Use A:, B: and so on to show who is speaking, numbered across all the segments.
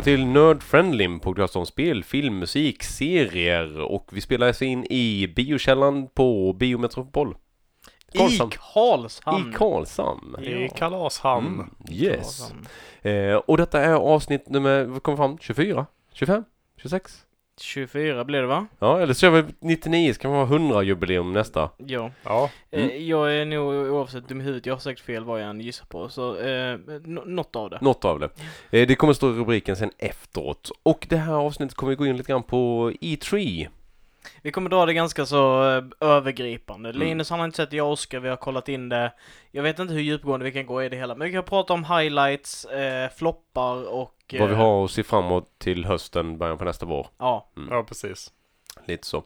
A: till Nerd Friendly, en podcast om spel, film, musik, serier, och vi spelar oss in i biokällan på Biometropol.
B: I Karlshamn.
A: I Karlshamn.
C: I Kalashamn.
A: Yes. Och detta är avsnitt nummer, vad kommer fram? 24? 25? 26?
B: 24 blir det, va?
A: Ja, eller så är vi 99, ska man ha 100-jubileum nästa.
B: Ja.
C: Ja.
B: Jag är nog oavsett dum i huvudet. Jag har säkert fel vad jag än gissar på. Så något av det.
A: Något av det. Det kommer stå i rubriken sen efteråt. Och det här avsnittet kommer vi gå in lite grann på E3.
B: Vi kommer dra det ganska så övergripande. Linus, han har inte sett, jag och Oskar, vi har kollat in det. Jag vet inte hur djupgående vi kan gå i det hela. Men vi kan prata om highlights, floppar och...
A: Vad vi har att se framåt till hösten, början på nästa vår.
B: Ja.
C: Ja, precis.
A: Lite så.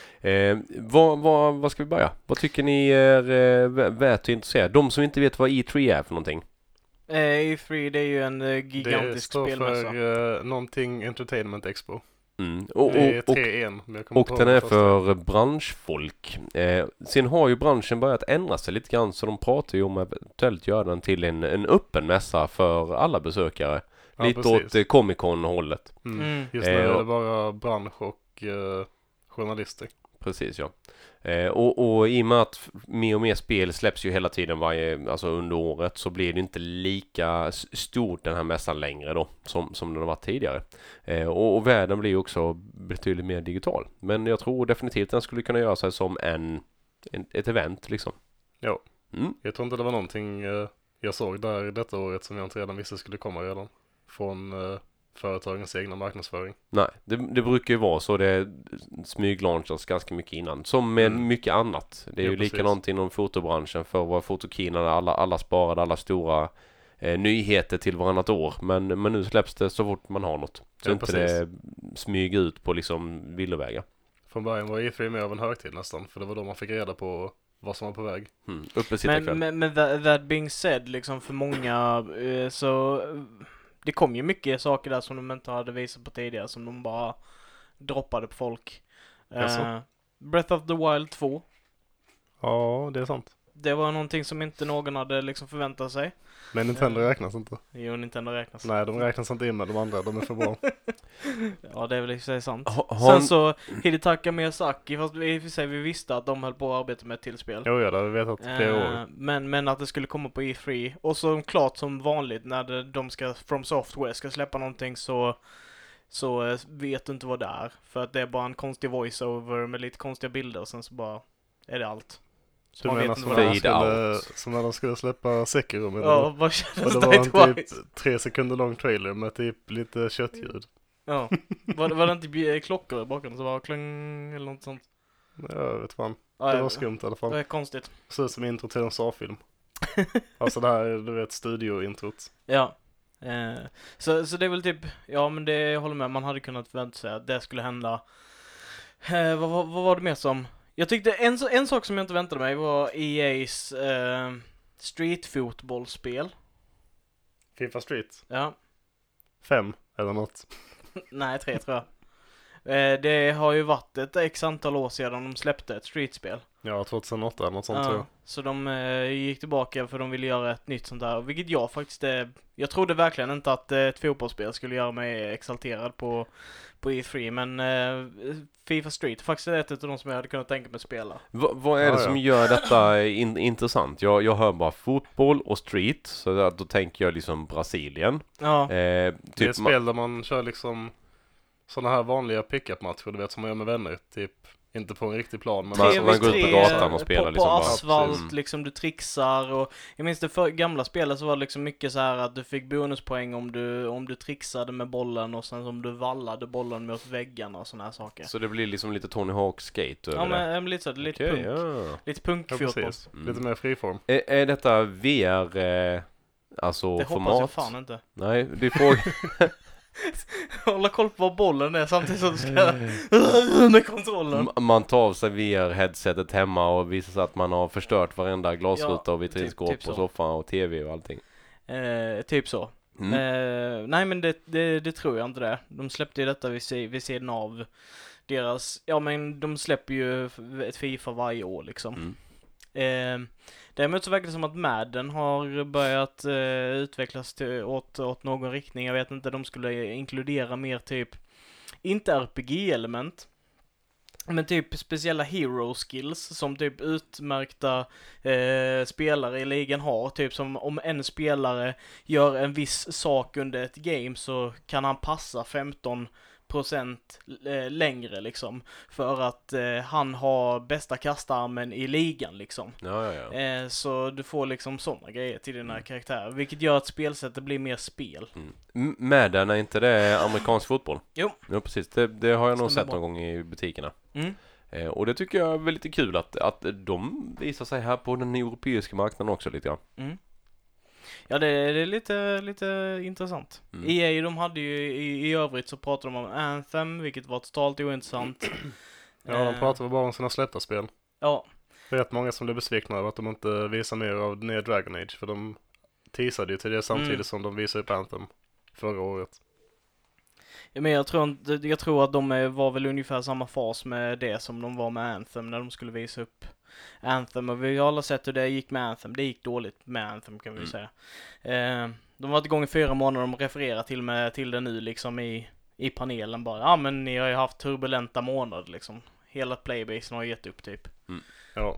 A: Vad ska vi börja? Vad tycker ni är värt att intressera? De som inte vet vad E3 är för någonting.
B: E3, det är ju en gigantisk spelmässa.
C: Det står för någonting Entertainment Expo.
A: Det är
C: 3-1.
A: Och den är för branschfolk. Sen har ju branschen börjat ändra sig lite grann, så de pratar ju om att eventuellt göra den till en öppen mässa för alla besökare.
C: Ja,
A: lite
C: precis.
A: åt Comic-Con-hållet.
C: Just nu är det bara bransch och journalister.
A: Precis, ja. Och i och med att mer och mer spel släpps ju hela tiden alltså under året, så blir det inte lika stort den här mässan längre då som den har varit tidigare. Och världen blir ju också betydligt mer digital. Men jag tror definitivt den skulle kunna göra sig som ett event liksom.
C: Ja. Jag tror inte det var någonting jag såg där detta året som jag inte redan visste skulle komma redan. Från företagens egna marknadsföring.
A: Nej, det brukar ju vara så. Det smyglaunchas ganska mycket innan. Som med mycket annat. Det är ju likadant inom fotobranschen. För våra fotokina, alla sparade alla stora nyheter till varannat år. Men nu släpps det så fort man har något. Så inte det smyger ut på liksom villovägar.
C: Från början var E3 mer av en högtid nästan. För det var då man fick reda på vad som var på väg.
B: Men that being said, liksom för många så... Det kom ju mycket saker där som de inte hade visat på tidigare, som de bara droppade på folk. Breath of the Wild 2.
C: Ja, det är sant.
B: Det var någonting som inte någon hade liksom förväntat sig.
C: Men Nintendo räknas inte.
B: Jo, Nintendo räknas.
C: Nej, de räknas inte in med de andra, de är för bra.
B: Ja, det är väl i sig sant. Sen så, Hidetaka Miyazaki, fast vi visste att de höll på att arbeta med ett tillspel.
C: Jo, ja, det har vi vetat flera år.
B: Men att det skulle komma på E3. Och så klart som vanligt, när de ska, From Software ska släppa någonting, så vet du inte vad det är. För att det är bara en konstig voiceover med lite konstiga bilder, och sen så bara är det allt.
C: Du menar som när de skulle släppa Sekiro med
B: ja, vad kändes
C: det?
B: Det
C: var en typ 3 sekunder lång trailer med typ lite köttljud.
B: Ja, var det inte klockor i bakgrunden så var kling eller något sånt?
C: Jag vet fan. Det var skumt i alla fall.
B: Det är konstigt.
C: Så som intro till en Saw-film. Alltså det här, du vet, studio-introt.
B: Ja. Så det är väl typ, ja men det jag håller med, man hade kunnat förvänta sig att det skulle hända. Vad var det mer som? Jag tyckte en sak som jag inte väntade mig var EA's street-fotbollsspel.
C: FIFA Street?
B: Ja.
C: 5 eller något.
B: Nej, 3 tror jag. Det har ju varit ett x antal år sedan de släppte ett streetspel.
C: Ja, 2008 eller något sånt tror jag.
B: Så de gick tillbaka för de ville göra ett nytt sånt där. Vilket jag faktiskt jag trodde verkligen inte att ett fotbollsspel skulle göra mig exalterad på E3. Men FIFA Street faktiskt är ett av de som jag hade kunnat tänka mig spela.
A: Vad är det som gör detta intressant? Jag hör bara fotboll och street. Så då tänker jag liksom Brasilien.
B: Ja.
C: Det är ett spel där man kör liksom såna här vanliga pick-up-matcher, du vet, som man gör med vänner, typ inte på en riktig plan, men
A: man går ut på gatan och spelar
B: på
A: liksom
B: asfalt, liksom du trixar, och jag minns det för gamla spelet så var det liksom mycket så här att du fick bonuspoäng om du trixade med bollen, och sen om du vallade bollen mot väggarna och såna här saker.
A: Så det blir liksom lite Tony Hawk skate över det.
B: Men lite så, lite punk. Ja. Lite punkfotboll.
C: Lite mer friform.
A: Är detta VR alltså
B: det
A: format?
B: Det hoppas jag fan inte.
A: Nej, det får
B: hålla koll på vad bollen är samtidigt som du ska med kontrollen.
A: Man tar av sig VR-headsetet hemma och visar sig att man har förstört varenda glasruta och vitrinskåp typ och soffan och tv och allting.
B: Typ så. Nej, men det tror jag inte det. De släppte ju detta vid sidan av deras... Ja, men de släpper ju ett FIFA varje år liksom. Däremot så verkar det som att Madden har börjat utvecklas åt någon riktning. Jag vet inte, de skulle inkludera mer typ, inte RPG-element, men typ speciella hero skills som typ utmärkta spelare i ligan har. Typ som om en spelare gör en viss sak under ett game så kan han passa 15% längre liksom. För att han har bästa kastarmen i ligan liksom.
A: Ja.
B: Så du får liksom sådana grejer till dina karaktärer. Vilket gör att spelsättet blir mer spel.
A: Madden, är inte det amerikansk fotboll?
B: Jo.
A: Ja, precis. Det har jag nog
B: Stämmer
A: sett
B: bra.
A: någon gång i butikerna.
B: Mm.
A: Och det tycker jag är väldigt kul att de visar sig här på den europeiska marknaden också lite grann.
B: Mm. Ja, det är lite intressant. EA, de hade ju i övrigt så pratade de om Anthem, vilket var totalt ointressant.
C: Ja, de pratade bara om sina släppta spel.
B: Ja.
C: Det är rätt många som blev besvikna över att de inte visar mer av nya Dragon Age, för de teasade ju till det samtidigt som de visade upp Anthem förra året.
B: Ja, men jag tror att de var väl ungefär samma fas med det som de var med Anthem när de skulle visa upp Anthem. Och vi har alla sett hur det gick med Anthem. Det gick dåligt med Anthem kan vi säga. De har varit igång i 4 månader och de refererar till det nu liksom i panelen bara. Ja, men ni har ju haft turbulenta månader liksom. Hela playbasen har gett upp typ.
C: Ja.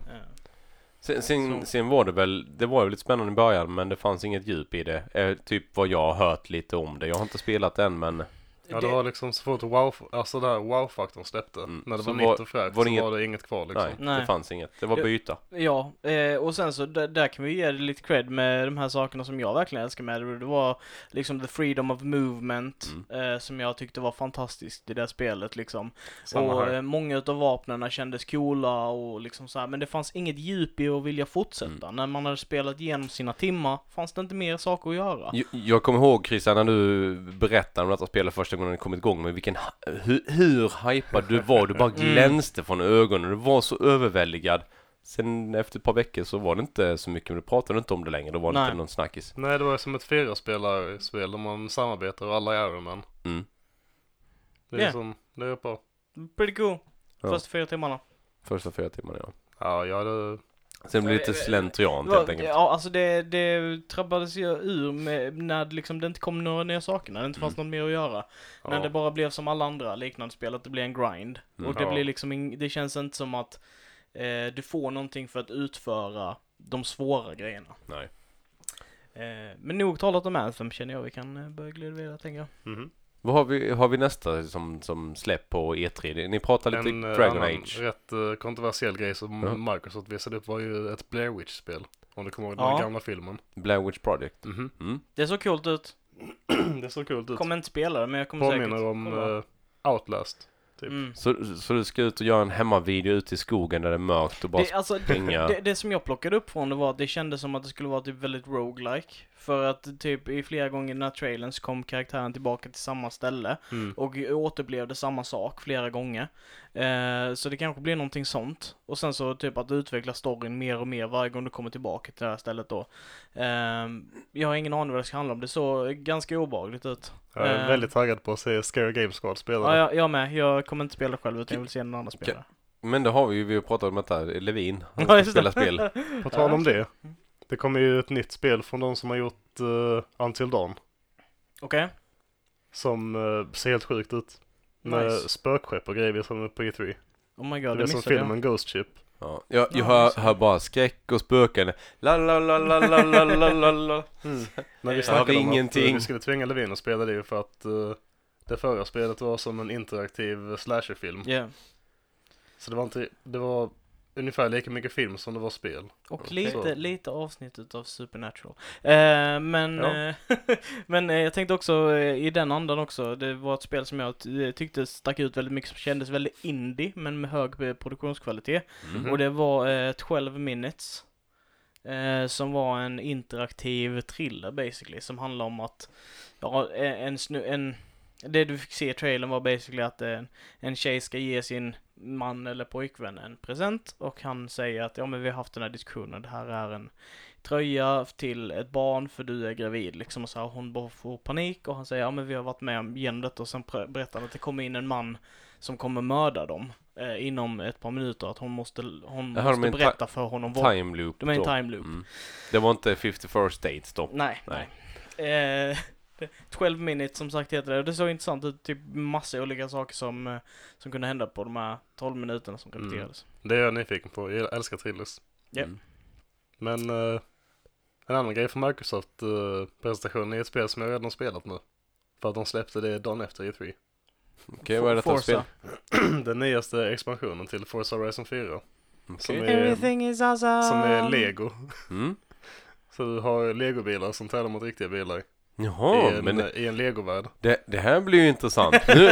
A: Sen var det var ju lite spännande i början, men det fanns inget djup i det. Typ vad jag har hört lite om det. Jag har inte spelat det än, men...
C: Ja, det var liksom så fort wow-faktorn släppte. När det
A: så
C: var nytt och fräscht så
A: inget...
C: var det inget kvar liksom.
A: Nej, det fanns inget. Det var byta.
B: Ja, och sen så där kan vi ge det lite cred med de här sakerna som jag verkligen älskar med det. Det var liksom the freedom of movement som jag tyckte var fantastiskt i det spelet liksom. Och många utav vapnena kändes coola och liksom så här, men det fanns inget djup i att vilja fortsätta. När man hade spelat igenom sina timmar fanns det inte mer saker att göra.
A: Jag kommer ihåg, Christian, när du berättade om detta spelet första gången det kommit igång, med hur hypad du var. Du bara glänste från ögonen. Du var så överväldigad. Sen efter ett par veckor så var det inte så mycket, men du pratade inte om det längre. Då var det inte någon snackis.
C: Nej, det var som ett 4-spelarspel där man samarbetar och alla är Iron Man. Det är som, det är på.
B: Pretty cool.
A: Ja.
B: Första 4 timmarna.
A: Första 4 timmarna, ja.
C: Ja, jag hade...
A: Sen blev det lite slentriant helt enkelt.
B: Ja, alltså det trabbades ju ur när liksom det inte kom några nya saker, när det inte fanns något mer att göra.
C: Ja.
B: När det bara blev som alla andra liknande spel, att det blir en grind. Och det blir liksom, det känns inte som att du får någonting för att utföra de svåra grejerna.
A: Nej.
B: Men nog talat om Anthem, känner jag vi kan börja glida vidare, tänker jag.
A: Vad har vi nästa som släpp på E3? Ni pratar lite Dragon Age.
C: En rätt kontroversiell grej som Microsoft visade upp var ju ett Blair Witch-spel. Om du kommer ihåg den gamla filmen.
A: Blair Witch Project.
B: Det såg coolt ut.
C: Det såg coolt ut.
B: Kommer inte spela det, men jag kommer säkert.
C: Påminner om Outlast. Typ.
A: Så du ska ut och göra en hemmavideo ute i skogen där det är mörkt och bara springa.
B: Det som jag plockade upp från det var att det kändes som att det skulle vara typ väldigt roguelike. För att typ i flera gånger i den här trailern så kom karaktären tillbaka till samma ställe och återupplevde samma sak flera gånger. Så det kanske blir någonting sånt. Och sen så typ att utveckla storyn mer och mer varje gång du kommer tillbaka till det här stället då. Jag har ingen aning vad det ska handla om. Det såg ganska obehagligt ut.
C: Jag är väldigt taggad på att se Scary Game Squad spela.
B: Ja, jag med. Jag kommer inte spela själv utan jag vill se någon annan spela.
A: Men det har vi har pratat om detta. Levin, han ska spela spel.
C: På tal om det. Det kommer ju ett nytt spel från de som har gjort Until Dawn.
B: Okej.
C: Som ser helt sjukt ut. Med spökskepp och grejer som på E3.
B: Oh my god,
C: det är som filmen Ghost Ship.
A: Ja, jag hör bara skräck och spöken. La la la la la la la la la.
C: När vi snackade om
A: ingenting.
C: Att vi skulle tvinga Levin att spela det ju för att det förra spelet var som en interaktiv slasherfilm.
B: Yeah.
C: Så det var ungefär lika mycket film som det var spel.
B: Och lite avsnitt utav Supernatural. Men jag tänkte också i den andan också, det var ett spel som jag tyckte stack ut väldigt mycket, som kändes väldigt indie men med hög produktionskvalitet. Och det var 12 Minutes. Som var en interaktiv thriller basically, som handlar om att det du fick se i trailern var basically att en tjej ska ge sin man eller pojkvän en present och han säger att men vi har haft den här diskussionen, det här är en tröja till ett barn för du är gravid liksom, och så här, hon bara får panik och han säger men vi har varit med genom detta och sen berättar att det kommer in en man som kommer mörda dem inom ett par minuter. Att hon måste
A: Jag hör
B: måste berätta för honom vad...
A: Time loop
B: De är en
A: då.
B: time loop.
A: Det var inte 51st States då.
B: Nej. 12 minutes som sagt heter det. Det såg intressant ut. Typ massa olika saker som kunde hända på de här 12 minuterna som repeterades.
C: Det är jag nyfiken på. Jag älskar thrillers.
B: Ja.
C: Men en annan grej för Microsoft-presentationen är ett spel som jag redan har spelat nu. För att de släppte det dagen efter E3.
A: Okej, vad är detta spel?
C: Den nyaste expansionen till Forza Horizon 4. Som
A: Okej.
C: är,
B: Everything is awesome.
C: som är Lego.
A: Mm.
C: Så du har Lego-bilar som tävlar mot riktiga bilar.
A: Jaha, men
C: I en Lego-värld.
A: det här blir ju intressant.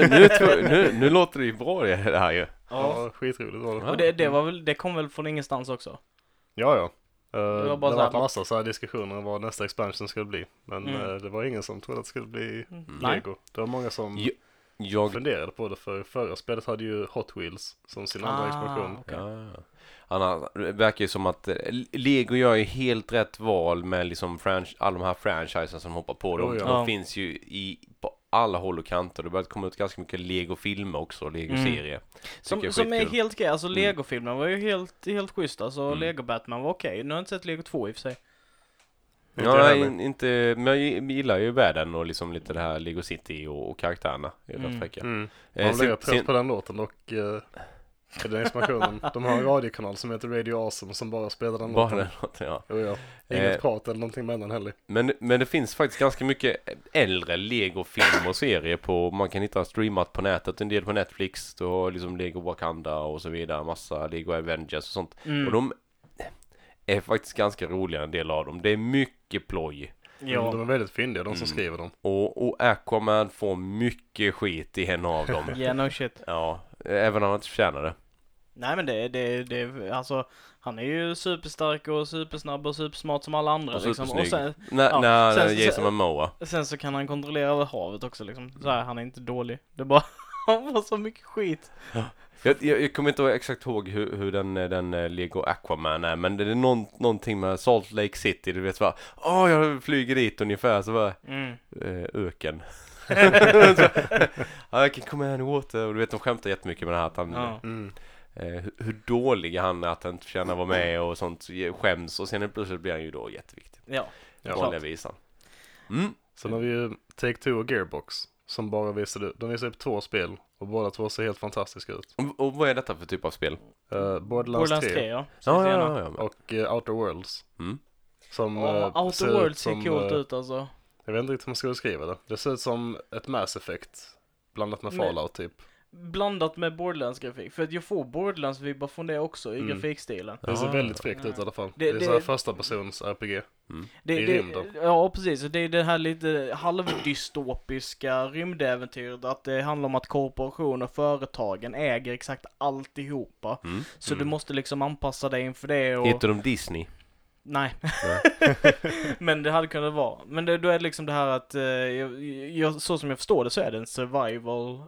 A: Nu låter det ju bra det här ju.
C: Ja, skitroligt var det.
B: Och det kom väl från ingenstans också?
C: Ja.
B: Det
C: Det
B: var bara
C: var
B: så här-
C: en massa så här diskussioner om vad nästa expansion skulle bli. Men det var ingen som trodde att det skulle bli Lego. Det var många som
A: Jag
C: funderade på det, för förra spelet hade ju Hot Wheels som sin andra expansion.
B: okej.
A: Ja. Anna, det verkar ju som att Lego gör ju helt rätt val med liksom alla de här franchisen som hoppar på dem.
C: Oh, ja.
A: De finns ju på alla håll och kanter. Det börjar komma ut ganska mycket Lego-filmer också, Lego-serier.
B: Som är helt grej. Alltså Lego-filmen var ju helt schysst. Alltså Lego Batman var okej. Nu har jag inte sett Lego 2 i och för sig.
A: Ja, inte, men jag gillar ju världen och liksom lite det här Lego City och karaktärerna. Det är rätt fräcka.
C: Man blir trött på den låten och i den expansionen. De har en radiokanal som heter Radio Awesome som bara spelar den
A: Bara
C: låten.
A: den låten, ja.
C: Jo, ja. Inget prat eller någonting mellan heller.
A: Men det finns faktiskt ganska mycket äldre Lego-film och serier på, man kan hitta streamat på nätet, en del på Netflix, du har liksom Lego Wakanda och så vidare, massa Lego Avengers och sånt. Och de är faktiskt ganska roliga, en del av dem. Det är mycket ploj.
B: Ja.
C: De är väldigt fyndiga, de som skriver dem.
A: Och Aquaman får mycket skit i en av dem.
B: Yeah, no shit.
A: Ja, även om han inte förtjänar det.
B: Nej men det alltså han är ju superstark och supersnabb och supersmart som alla andra
A: Och
B: liksom. Och sen,
A: när Jason Momoa.
B: sen så kan han kontrollera havet också liksom. Så här, han är inte dålig. Det är bara han får så mycket skit.
A: Jag kommer inte exakt ihåg hur den Lego Aquaman är, men det är någonting med Salt Lake City, du vet, jag flyger dit ungefär, så var öken. I can command water, och du vet, de skämtar jättemycket med det här att han hur dålig han är, att han inte förtjänar vara med och sånt, skäms, och sen plötsligt blir han ju då jätteviktig.
B: Ja.
A: Vanliga visan.
C: Sen har vi ju Take-Two och Gearbox som bara visade, de visade upp 2 spel och båda 2 ser helt fantastiska ut.
A: Och vad är detta för typ av spel?
C: Borderlands 3
B: ja.
A: Ja.
C: och Outer Worlds. Som
B: Outer Worlds ser coolt ut alltså.
C: Jag vet inte riktigt hur man ska beskriva det. Det ser ut som ett Mass Effect blandat med Fallout typ.
B: Blandat med Borderlands-grafik. För att jag får Borderlands-vibbar från det också i grafikstilen.
C: Det ser väldigt fräckt ut i alla fall. Det är så här första persons RPG. I rymden.
B: Ja, precis. Det är det här lite halvdystopiska rymdäventyret. Att det handlar om att korporationer och företagen äger exakt alltihopa. Så du måste liksom anpassa dig inför det. Och...
A: Heter de Disney?
B: Nej. Men det hade kunnat vara. Men då är det liksom det här att så som jag förstår det så är det en survival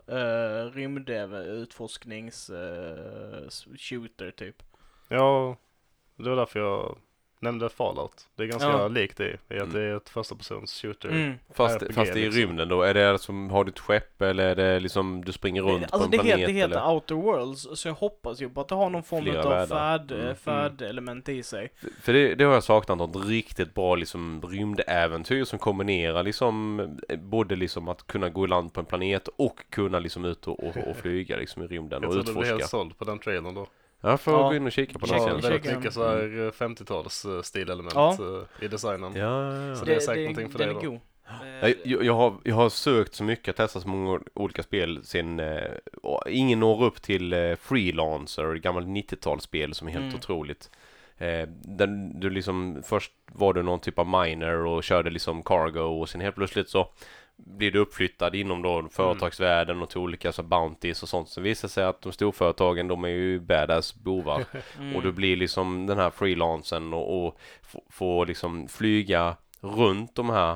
B: rymdutforsknings shooter typ.
C: Ja, det var därför jag nämnde Fallout. Det är ganska likt det i att det är ett första persons shooter.
A: Fast
C: RPG,
A: det är i
C: liksom.
A: rymden då. Är det som, har du ett skepp, eller är det liksom du springer runt
B: Alltså
A: på en planet?
B: det heter
A: eller?
B: Outer Worlds, så jag hoppas ju på att det har någon form
A: Flera
B: av
A: världar.
B: färdelement i sig.
A: För det har jag saknat, något riktigt bra liksom rymdäventyr som kombinerar liksom både liksom att kunna gå i land på en planet och kunna liksom ut och flyga liksom i rymden
C: Jag
A: och
C: tror du blir helt
A: utforska.
C: såld på den trailern då.
A: Jag får gå in och kika på den
C: Ja,
A: sen.
C: väldigt mycket så här 50-tals stilelement i designen.
A: Ja.
C: Så det är säkert någonting för dig då.
B: God.
A: Jag har sökt så mycket, testat så många olika spel sen ingen når upp till Freelancer, gammalt 90-talsspel som är helt otroligt. Där du liksom, först var du någon typ av miner och körde liksom cargo, och sen helt plötsligt så blir du uppflyttad inom då företagsvärlden och till olika så bounties och sånt. Så visar sig att de storföretagen, de är ju badass bovar. Och du blir liksom den här freelancern och får liksom flyga runt de här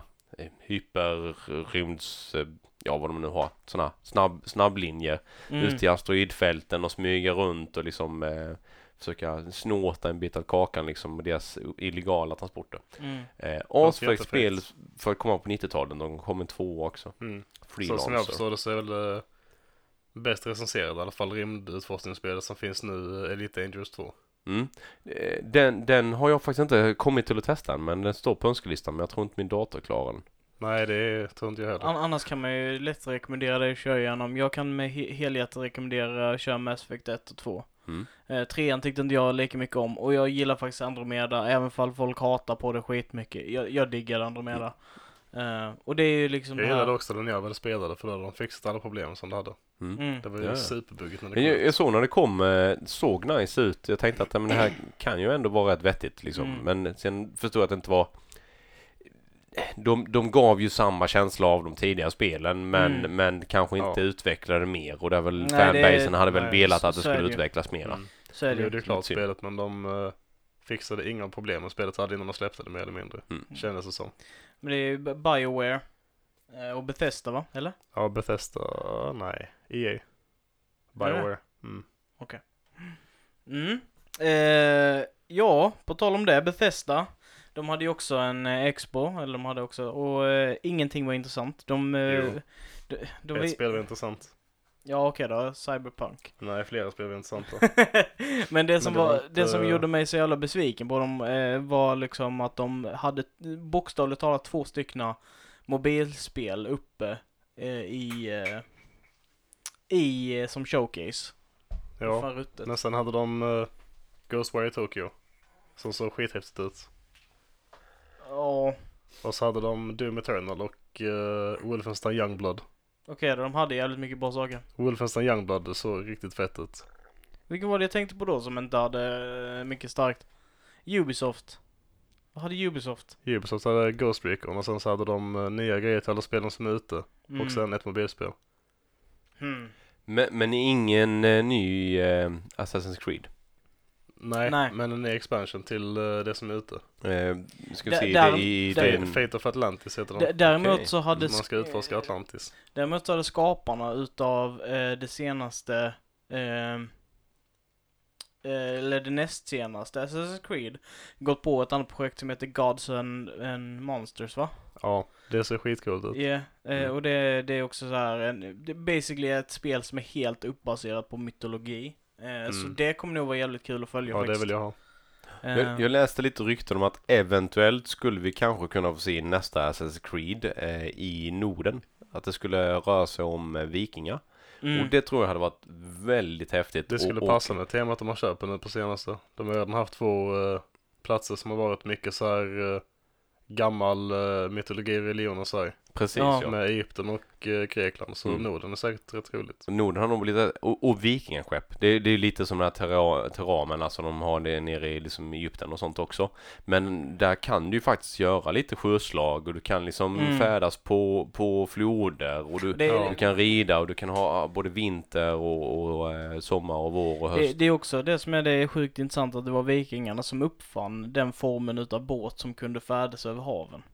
A: hyperrymds, vad de nu har, såna snabblinjer ut i asteroidfälten och smyga runt och liksom försöka snåta en bit av kakan liksom, med deras illegala transporter. Asfräckt spel för att komma på 90-talen. De kom en 2 också.
C: Så som jag förstår det så är väl bäst recenserade, i alla fall rymdutforskningsspelet som finns nu, Elite Dangerous 2.
A: Mm. Den har jag faktiskt inte kommit till att testa än, men den står på önskelistan, men jag tror inte min dator klarar den.
C: Nej, det tror inte jag heller.
B: Annars kan man ju lätt rekommendera dig att köra igenom. Jag kan med helhjärtat rekommendera att köra Mass Effect 1 och 2. 3 tyckte inte jag lika mycket om. Och jag gillar faktiskt Andromeda, även fall folk hatar på det skitmycket. Jag diggar Andromeda. Och det är ju liksom
C: jag gillade också den jag väl spelade, för då hade de fixat alla problem som det hade. Det var ju superbuggigt när det kom.
A: Jag såg när det kom, såg nice ut. Jag tänkte att men det här kan ju ändå vara rätt vettigt liksom. Men sen förstod jag att det inte var... De gav ju samma känsla av de tidigare spelen, men kanske inte utvecklade mer. Och det är väl fanbasen hade väl velat att det skulle utvecklas mera.
B: Så är det.
C: Det är klart spelet, men de fixade inga problem med spelet hade innan de släppte det mer eller mindre. Kändes det som.
B: Men det är ju BioWare och Bethesda, va? Eller?
C: Ja, Bethesda, nej. EA. BioWare.
B: Okej. Ja, på tal om det, Bethesda. De hade ju också en expo, eller de hade också, och ingenting var intressant.
C: Ett spel var intressant.
B: Ja, okej då, Cyberpunk.
C: Nej, flera spel var intressanta.
B: Men det som gjorde mig så jävla besviken på dem var liksom att de hade bokstavligt talat 2 stycken mobilspel uppe i som showcase.
C: Ja, men sen hade de Ghostwire Tokyo som såg skithäftigt ut.
B: Ja.
C: Och så hade de Doom Eternal och Wolfenstein Youngblood.
B: Okej, de hade jävligt mycket bra saker.
C: Wolfenstein Youngblood såg riktigt fett ut.
B: Vilken var det jag tänkte på då som inte hade mycket starkt? Ubisoft. Vad hade Ubisoft?
C: Ubisoft hade Ghost Recon och sen så hade de nya grejer till alla spelen som är ute. Och sen ett mobilspel.
A: Men ingen ny Assassin's Creed?
C: Nej, men en ny expansion till det som är ute.
A: Ska vi se
C: Fate of Atlantis heter den.
B: Däremot så hade...
C: Man ska utforska Atlantis.
B: Däremot så hade skaparna utav det senaste... eller det näst senaste Assassin's Creed gått på ett annat projekt som heter Gods and Monsters, va?
C: Ja, det ser skitcoolt ut.
B: Ja, och det är också så här det är basically ett spel som är helt uppbaserat på mytologi. Så det kommer nog vara jävligt kul att följa faktiskt.
C: Ja, det vill jag ha.
A: Jag läste lite rykten om att eventuellt skulle vi kanske kunna få se nästa Assassin's Creed i Norden. Att det skulle röra sig om vikingar. Och det tror jag hade varit väldigt häftigt.
C: Det skulle passa med temat de har köpt nu på senaste. De har redan haft 2 platser som har varit mycket så här gammal mytologi, religion och så här.
A: Precis,
C: ja. Med Egypten och Grekland, så Norden är säkert rätt roligt.
A: Norden har nog blivit, och vikingaskepp. Det är lite som den här terramen, alltså de har det nere i liksom Egypten och sånt också. Men där kan du ju faktiskt göra lite sjöslag och du kan liksom färdas på floder och du kan rida och du kan ha både vinter och sommar och vår och höst.
B: Det är också det som är det sjukt intressant, att det var vikingarna som uppfann den formen utav båt som kunde färdas över haven.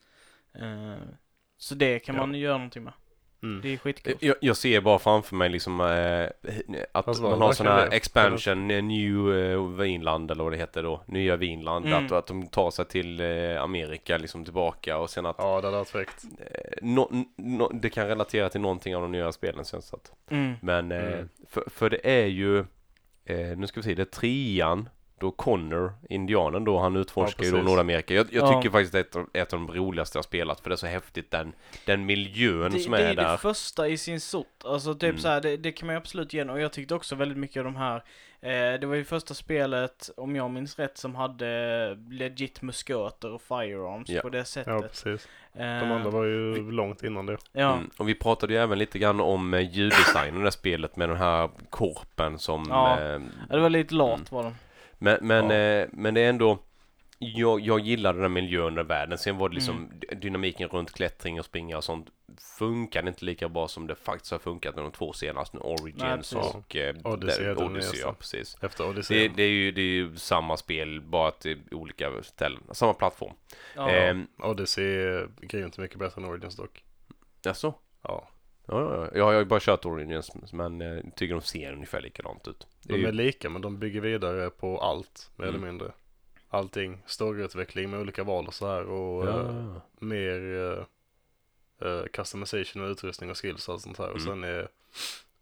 B: Så det kan man göra någonting med. Det är skitkul.
A: Jag ser bara framför mig liksom att man har sån här expansion New Vinland eller vad det heter då, Nya Vinland, att de tar sig till Amerika liksom tillbaka och sen att
C: ja, det är perfekt.
A: Det kan relatera till någonting av de nya spelen, känns det. Men för det är ju nu ska vi se, det är 3:an då Connor, indianen då, han utforskar ju då Nordamerika. Jag tycker faktiskt att det är ett av de roligaste jag spelat, för det är så häftigt den miljön som är där. Det är
B: det första i sin sort. Alltså typ så här, det kan man ju absolut ge. Och jag tyckte också väldigt mycket av de här. Det var ju första spelet, om jag minns rätt, som hade legit musköter och firearms på det sättet.
C: Ja, precis. De andra var ju långt innan det.
B: Ja.
A: Och vi pratade ju även lite grann om ljuddesignen i det spelet med den här korpen som...
B: det var lite lat var de.
A: Men det är ändå, jag gillade den miljön och världen. Sen var det liksom dynamiken runt klättring och springa och sånt funkar inte lika bra som det faktiskt har funkat med de 2 senaste, Origins och Odyssey. Ja, precis.
C: Efter Odyssey.
A: Det är ju samma spel, bara till olika ställen, samma plattform.
C: Odyssey är inte mycket bättre än Origins dock.
A: Jaså?
C: Ja.
A: Ja, jag har ju bara kört Origins, men tycker de ser ungefär likadant ut.
C: De är lika, men de bygger vidare på allt, mer eller mindre. Allting, storyutveckling med olika val och så här, och mer customization och utrustning och skills och allt sånt här. Och sen är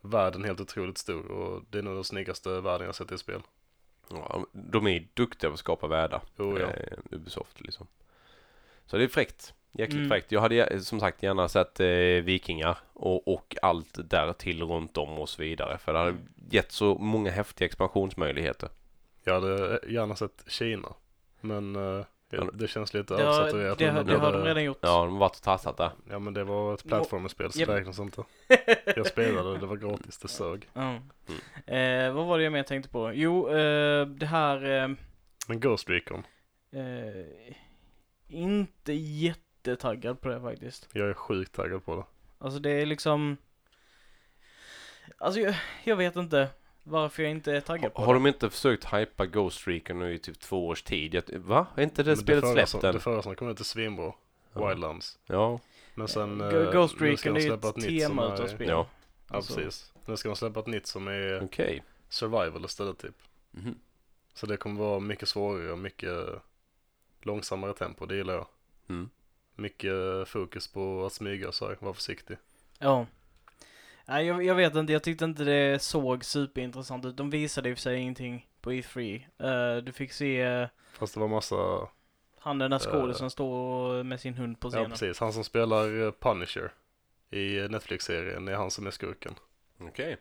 C: världen helt otroligt stor och det är nog den snyggaste världen jag sett i spel.
A: Ja, de är duktiga på att skapa världar.
C: Oh, ja.
A: Ubisoft liksom. Så det är fräckt. Jäkligt fräckt. Jag hade som sagt gärna sett vikingar och allt där till runt om och så vidare. För det hade gett så många häftiga expansionsmöjligheter.
C: Jag hade gärna sett Kina. Men det känns lite
B: Det
C: översaturerat.
B: har de redan gjort.
A: Ja, de har varit och tassat där.
C: Ja, men det var ett plattformsspel så
B: Yep.
C: det räknas inte. Jag spelade, det var gratis, det sög.
B: Vad var det jag mer tänkte på? Jo, det här...
C: Men Ghost Recon,
B: inte jättetaggad på det faktiskt.
C: jag är sjukt taggad på det.
B: Alltså det är liksom... Alltså jag vet inte varför jag inte är taggad på
A: Har
B: det.
A: de inte försökt hypa Ghost Recon nu i typ 2 års tid? Va? Är inte det
C: Men
A: spelet
C: förra
A: släppt än?
C: Det förra som kom ut är svinbra,
A: Ja.
C: Wildlands.
A: Ja,
C: Men sen
B: Ghost
C: nu ska
B: Recon
C: de
B: är ju
C: släppa
B: ett
C: ett nytt som
B: tema utav
C: är...
B: spel.
A: ja.
C: Ja,
B: Alltså-
C: precis. Nu ska de släppa ett nytt som är
A: Okej.
C: survival istället typ.
A: Mhm.
C: Så det kommer vara mycket svårare och mycket långsammare tempo, det gillar jag.
A: Mm.
C: Mycket fokus på att smyga och så här, vara försiktig.
B: Ja. Nej, jag vet inte. Jag tyckte inte det såg superintressant ut. De visade i och för sig ingenting på E3. Du fick se
C: Fast det var massa,
B: han den där skådespelaren står med sin hund på
C: ja
B: scenen.
C: precis, han som spelar Punisher i Netflix-serien är han som är skurken.
A: Okej.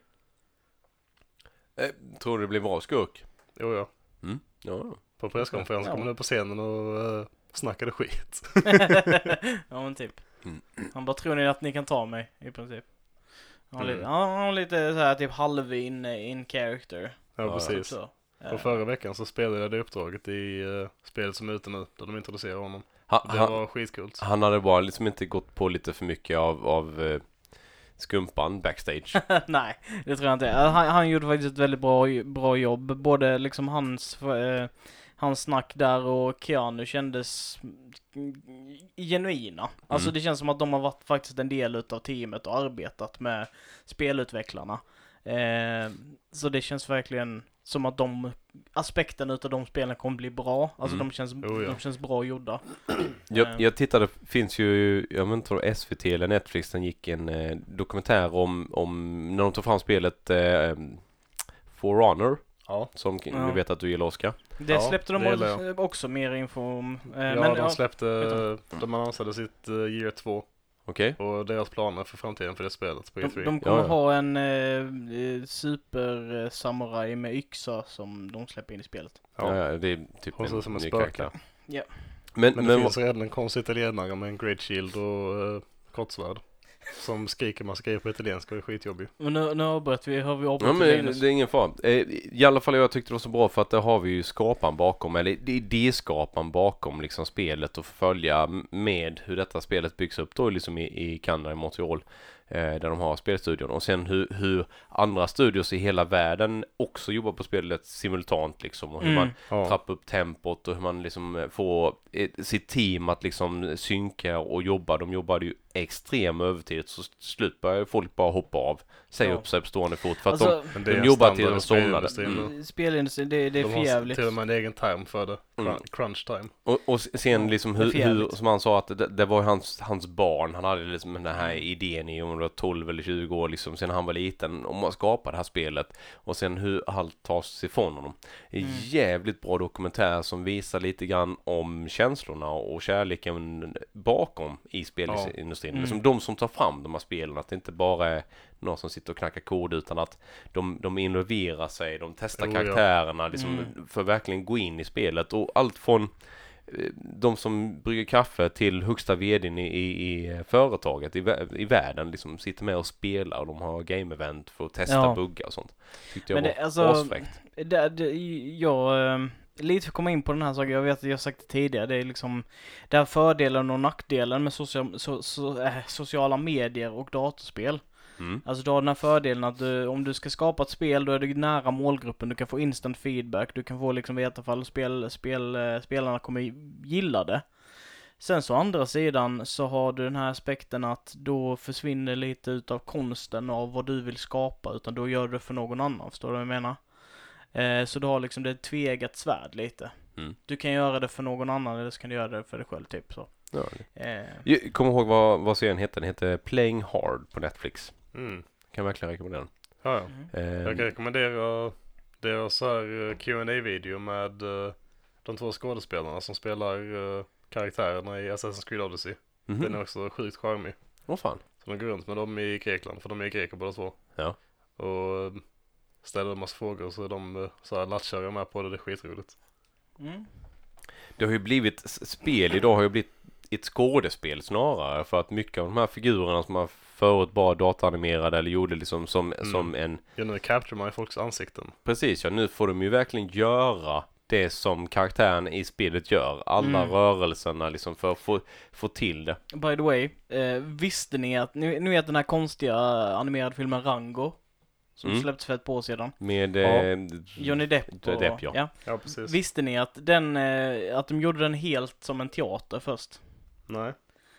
A: Tror du det blir bra skurk?
C: Jo ja,
A: Ja.
C: på presskonferensen
B: Ja.
C: kom han upp på scenen och snackade skit.
B: Ja men typ.
A: Mm.
B: Han bara, tror ni att ni kan ta mig i princip? Han
C: Mm.
B: har lite så här typ halv in character.
C: Ja,
A: Ja,
C: precis.
B: Så.
C: Och förra veckan så spelade jag det uppdraget i spelet som är ute nu, där de introducerar honom. Det
A: Han,
C: var skitcoolt.
A: han hade bara liksom inte gått på lite för mycket av skumpan backstage.
B: Nej, det tror jag inte. Han gjorde faktiskt ett väldigt bra jobb. Både liksom hans snack där och Keanu kändes genuina. Alltså det känns som att de har varit faktiskt en del utav teamet och arbetat med spelutvecklarna. Så det känns verkligen som att de aspekterna utav de spelen kommer bli bra. Alltså de känns bra gjorda.
A: Jag tittade, finns ju, jag vet inte om SVT eller Netflix, den gick en dokumentär om när de tog fram spelet For Honor,
C: Ja.
A: som
B: Ja.
A: vi vet att du gillar, Oskar.
B: Det
C: Ja,
B: släppte de
C: det gillar
B: också mer info om.
C: Ja, de släppte,
B: vet
C: de annonserade sitt Year 2
A: Okej?
C: och deras planer för framtiden för det spelet på E3.
B: De kommer
A: Ja, ja.
B: ha en super samurai med yxa som de släpper in i spelet.
A: Ja, det är typ
C: Hon ser ut som en
A: ny
C: spöke.
A: karaktär.
B: Ja.
C: Men det finns redan en konstig italienare med en great shield och kortsvärd som skriker massa grejer på italienska och är skitjobbig.
B: Men nu har vi
A: Ja,
B: avbrutit
A: men
B: Linus.
A: det är ingen fara. I alla fall jag tyckte det var så bra för att där har vi ju skaparen bakom, eller det är idéskaparen bakom liksom spelet, och följa med hur detta spelet byggs upp då liksom i Kanada, i Montreal, där de har spelstudion, och sen hur andra studios i hela världen också jobbar på spelet simultant liksom, och hur man trappar upp tempot och hur man liksom får sitt team att liksom synka och jobba. De jobbade ju extrem övertid, så slut började folk bara hoppa av, säga upp sig på stående fot för att
B: Alltså,
C: Men det är
A: de
C: en
A: jobbar till
C: standard
A: de
C: i
A: somnade.
C: spelindustrin nu.
B: spelindustrin, det är
C: De
B: för
C: har
B: jävligt.
C: till och med en egen term för det.
A: Mm.
C: Crunch time.
A: Och sen liksom
B: det är för
A: hur
B: jävligt.
A: som han sa att det var ju hans barn, han hade liksom den här idén i om det var 12 eller 20 år liksom, sen han var liten, om att skapa det här spelet, och sen hur allt tas ifrån honom. Jävligt bra dokumentär som visar lite grann om känslorna och kärleken bakom i spelindustrin. Liksom de som tar fram de här spelen, att det inte bara är någon som sitter och knackar kod, utan att de involverar sig, de testar karaktärerna liksom, för att verkligen gå in i spelet, och allt från de som brygger kaffe till högsta vdn i företaget i världen liksom sitter med och spelar, och de har game-event för att testa buggar och sånt. Tyckte jag
B: Men
A: var
B: det, alltså,
A: asfräckt.
B: Lite för att komma in på den här saken, jag vet att jag har sagt det tidigare, det är liksom det här fördelen och nackdelen med sociala medier och datorspel. Alltså du har den här fördelen att om du ska skapa ett spel, då är du nära målgruppen, du kan få instant feedback, du kan få liksom veta ifall spelarna kommer gilla det. Sen så andra sidan så har du den här aspekten att då försvinner lite utav konsten av vad du vill skapa, utan då gör du det för någon annan, förstår du vad jag menar? Så du har liksom det tvegat svärd lite. Du kan göra det för någon annan, eller så kan du göra det för dig själv typ så.
A: Ja. Kom ihåg vad serien heter. Den heter Playing Hard på Netflix. Kan verkligen rekommendera den.
C: Ja. Jag kan rekommendera deras så här Q&A-video med de 2 skådespelarna som spelar karaktärerna i Assassin's Creed Odyssey. Den är också sjukt charmig.
A: Fan.
C: Så de går runt med dem i Grekland, för de är greker båda 2.
A: Ja.
C: Och ställer en massa frågor, så de så här latchar med på det. Det är skitroligt.
A: Det har ju blivit, spel idag har ju blivit ett skådespel snarare, för att mycket av de här figurerna som man förut bara dataanimerade eller gjorde liksom som en...
C: Ja, nu capture man i folks ansikten.
A: Precis, ja, nu får de ju verkligen göra det som karaktären i spelet gör. Alla rörelserna liksom för att få till det.
B: By the way, visste ni att, ni vet den här konstiga animerade filmen Rango? Som släpptes för ett par år sedan.
A: Med
B: Johnny Depp.
A: Ja,
C: precis.
B: Visste ni att att de gjorde den helt som en teater först?
C: Nej.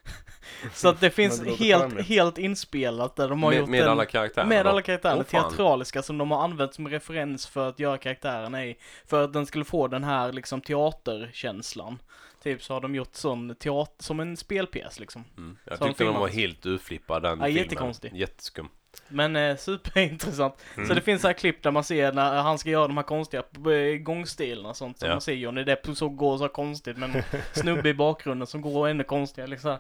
B: Så att det finns helt inspelat där de har gjort
A: med alla karaktärer.
B: Med alla karaktärer, teatraliska som de har använt som referens för att göra karaktärerna i. För att den skulle få den här liksom teaterkänslan. Typ så har de gjort sån teater som en spelpjäs liksom.
A: Jag tyckte de var helt utflippad den filmen.
B: Jättekonstig.
A: Jätteskum.
B: Men superintressant. Så det finns så här klipp där man ser när han ska göra de här konstiga gångstilarna och sånt. Så man ser Johnny Depp så går så konstigt, men snubbe i bakgrunden som går ännu konstigare liksom.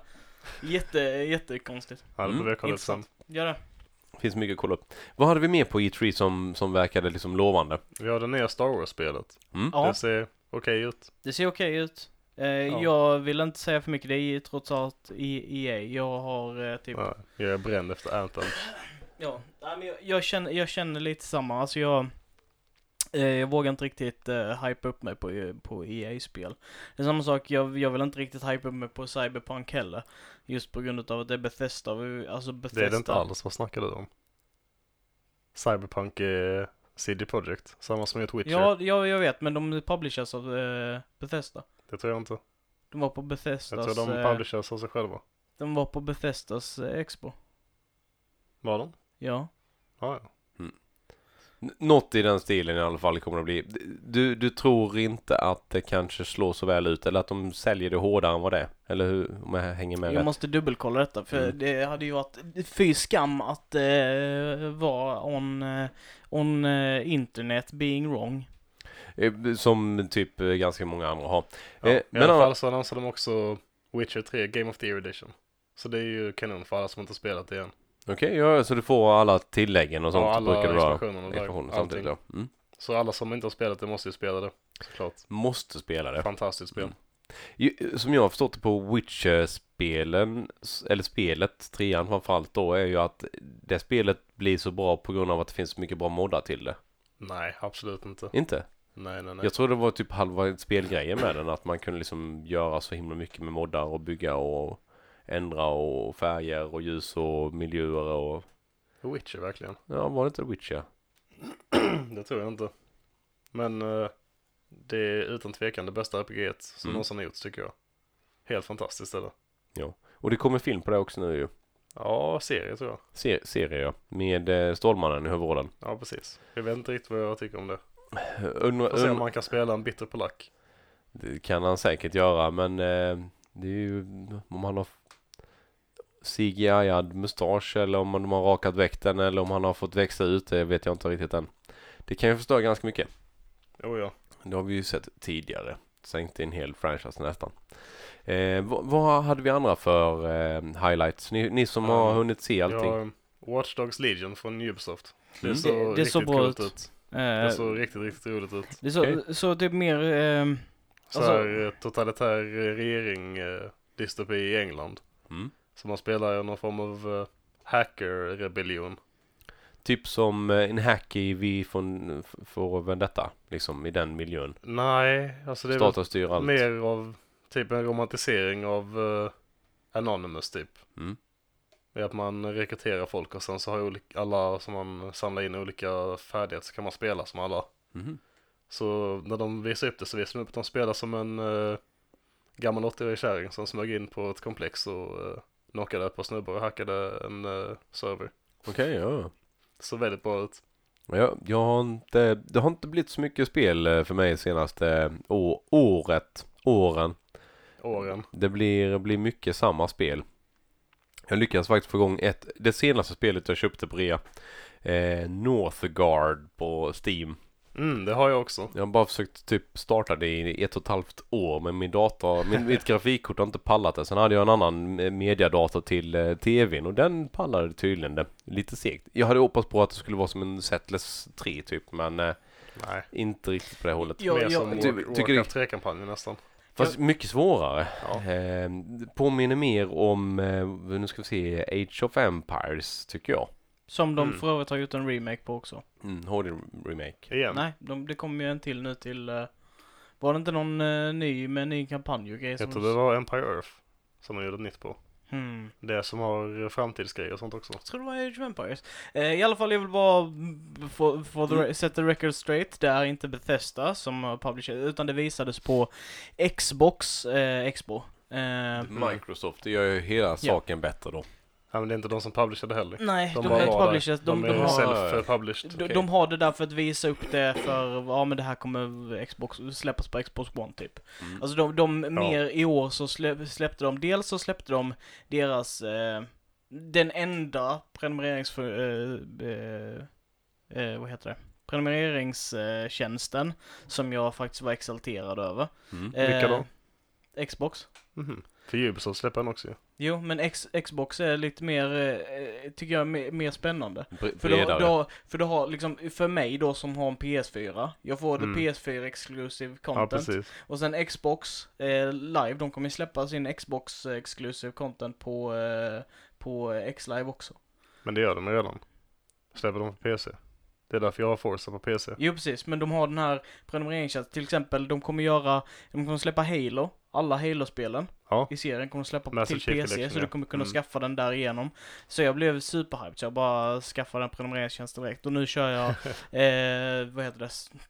B: Jättekonstigt.
C: Ja, det borde jag kolla upp sen.
B: Gör det.
A: Finns mycket att kolla upp. Vad hade vi med på E3 som verkade liksom lovande?
C: Vi har det nya Star Wars-spelet.
B: Ja.
C: Det ser okej ut.
B: Det ser okej ut. Jag vill inte säga för mycket. Det är ju trots allt EA. Jag har typ...
C: Ja, jag är bränd efter Anthem.
B: Ja, men jag känner lite samma. Alltså jag vågar inte riktigt hype upp mig på EA-spel. Det är samma sak, jag vill inte riktigt hype upp mig på Cyberpunk heller. Just på grund av att det är Bethesda. Alltså Bethesda.
C: Det är det inte alls, vad snackar du om? Cyberpunk är CD Projekt, samma som gjort Witcher.
B: Ja, jag vet, men de publishers av Bethesda.
C: Det tror jag inte.
B: De var på Bethesdas...
C: Jag tror de publishers av sig själva.
B: De var på Bethesdas expo.
C: Var de?
B: Ja.
C: Ja.
A: Något i den stilen i alla fall kommer det bli. Du tror inte att det kanske slår så väl ut, eller att de säljer det hårdare än vad det är? Eller hur, om jag hänger med
B: Jag
A: rätt?
B: måste dubbelkolla detta, för det hade ju varit fy skam att vara on internet being wrong.
A: Som typ ganska många andra har.
C: I alla fall så annonserade de också Witcher 3 Game of the Year Edition. Så det är ju kanon för alla som inte spelat det än.
A: Okej, så du får alla tilläggen och sånt.
C: Ja, alla
A: brukar det vara.
C: expansioner
A: Samtidigt, ja.
C: Så alla som inte har spelat det måste ju spela det, såklart.
A: Måste spela det.
C: Fantastiskt spel.
A: Som jag har förstått det på Witcher-spelen, eller spelet, 3:an framförallt då, är ju att det spelet blir så bra på grund av att det finns mycket bra moddar till det.
C: Nej, absolut inte.
A: Inte?
C: Nej.
A: Jag tror det var typ halva spelgrejen med den, att man kunde liksom göra så himla mycket med moddar och bygga och ändra och färger och ljus och miljöer och...
C: Witcher verkligen.
A: Ja, var det inte Witcher?
C: Det tror jag inte. Men det är utan tvekan det bästa RPG:et som någonsin har gjorts, tycker jag. Helt fantastiskt är det.
A: Ja, och det kommer film på det också nu ju.
C: Ja, serie tror jag.
A: Serie, ja. Med Stålmannen i huvudrollen.
C: Ja, precis. Jag vet inte riktigt vad jag tycker om det.
A: Får
C: se om man kan spela en bitter polack.
A: Det kan han säkert göra, men det är ju om han har CGI-ad mustasch eller om de har rakat väck den eller om han har fått växa ut, det vet jag inte riktigt än. Det kan ju förstöra ganska mycket.
C: Jo, ja.
A: Det har vi ju sett tidigare. Sänkt en hel franchise nästan. Vad hade vi andra för highlights? Ni som har hunnit se allting.
C: Ja, Watch Dogs Legion från Ubisoft. Det är
B: det
C: så
B: bra
C: ut. Det såg riktigt roligt ut.
B: Det är så typ mer...
C: så här totalitär regering dystopi i England. Så man spelar någon form av hacker-rebellion.
A: Typ som en hack i Vi får Vendetta, liksom i den miljön.
C: Nej, alltså det är
A: allt.
C: Mer av typ en romantisering av Anonymous typ. Att man rekryterar folk och sen så har alla som man samlar in olika färdigheter, så kan man spela som alla. Så när de visar upp det så visar de upp att de spelar som en gammal 80-årig kärring som smög in på ett komplex och knockade ett par snubbar och hackade en server.
A: Okej, ja.
C: Så väldigt bra ut.
A: Ja, det har inte blivit så mycket spel för mig senaste åren. Det blir mycket samma spel. Jag lyckades faktiskt få igång det senaste spelet jag köpte på rea. Northgard på Steam.
C: Det har jag också.
A: Jag har bara försökt typ starta det i 1,5 år, men min dator, mitt grafikkort har inte pallat det. Sen hade jag en annan mediadator till tvn och den pallade tydligen det. Lite segt. Jag hade hoppats på att det skulle vara som en Settlers 3 typ, men
C: Nej.
A: inte riktigt på det hållet.
C: Mer som
A: tycker
C: Warcraft 3-kampanjen nästan.
A: Fast mycket svårare.
C: Ja.
A: Påminner mer om, nu ska vi se, Age of Empires tycker jag.
B: Som de för övrigt har gjort en remake på också.
A: HD-remake.
C: Igen.
B: Nej, det kommer ju en till nu till... var det inte någon ny med en ny kampanj och grejer?
C: Jag tror det var Empire Earth som de gjorde nytt på.
B: Hmm.
C: Det som har framtidsgrejer och sånt också.
B: Jag tror det var Age of Empires. I alla fall, jag vill bara set the record straight. Det är inte Bethesda som har published, utan det visades på Xbox Expo.
A: Microsoft, det gör ju hela saken bättre då.
C: Ja, men det är inte de som publicerade heller.
B: Nej, de
C: bara
B: har inte
C: var
B: published.
C: De är self-published.
B: De har det där för att visa upp det för, ja men det här kommer Xbox släppas på Xbox One typ. Alltså mer i år så släppte de, dels så släppte de deras, den enda vad heter det? Prenumerationstjänsten som jag faktiskt var exalterad över.
C: Vilka då?
B: Xbox.
C: För Ubisoft släpper den också ju.
B: Jo, men Xbox är lite mer, tycker jag, mer spännande. För du har liksom, för mig då som har en PS4, jag får det PS4 exclusive content.
C: Ja,
B: och sen Xbox Live, de kommer släppa sin Xbox exclusive content på X-Live också.
C: Men det gör de redan. Släpper de på PC. Det är därför jag har Forza på PC.
B: Jo, precis, men de har den här prenumerationstjänsten. Till exempel, de kommer släppa Halo. Alla Halo-spelen i serien kommer släppa till PC, så du kommer kunna skaffa den där igenom. Så jag blev superhyped, så jag bara skaffade den prenumerationstjänsten direkt. Och nu kör jag, vad heter det?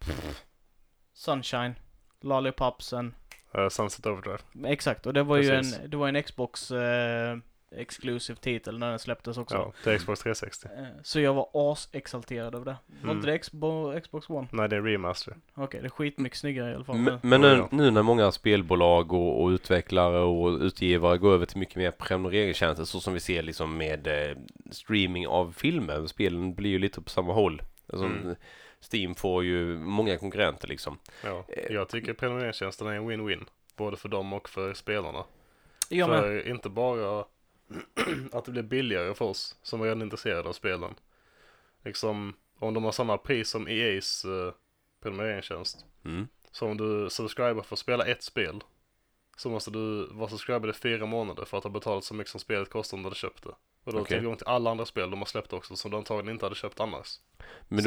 B: Sunshine, Lollipopsen.
C: Sunset Overdrive.
B: Exakt, och det var ju det var en Xbox exclusive titel när den släpptes också.
C: Ja, till Xbox 360.
B: Så jag var as-exalterad över det. Var inte det Xbox One?
C: Nej, det är remaster.
B: Okej, det är skitmycket snyggare i alla fall.
A: Men nu när många spelbolag och utvecklare och utgivare går över till mycket mer prenumerationstjänster, så som vi ser liksom med streaming av filmer, spelen blir ju lite på samma håll. Alltså, Steam får ju många konkurrenter liksom.
C: Ja, jag tycker prenumerationstjänsterna är en win-win. Både för dem och för spelarna.
B: Ja,
C: för inte bara att det blir billigare för oss som är redan intresserade av spelen. Liksom, om de har samma pris som EA's prenumerationstjänst. Så om du subscriber för att spela ett spel, så måste du vara subscriber i 4 månader för att ha betalat så mycket som spelet kostar om du hade köpt det. Och då tillgång till alla andra spel de har släppt också, som de antagligen inte hade köpt annars.
A: Men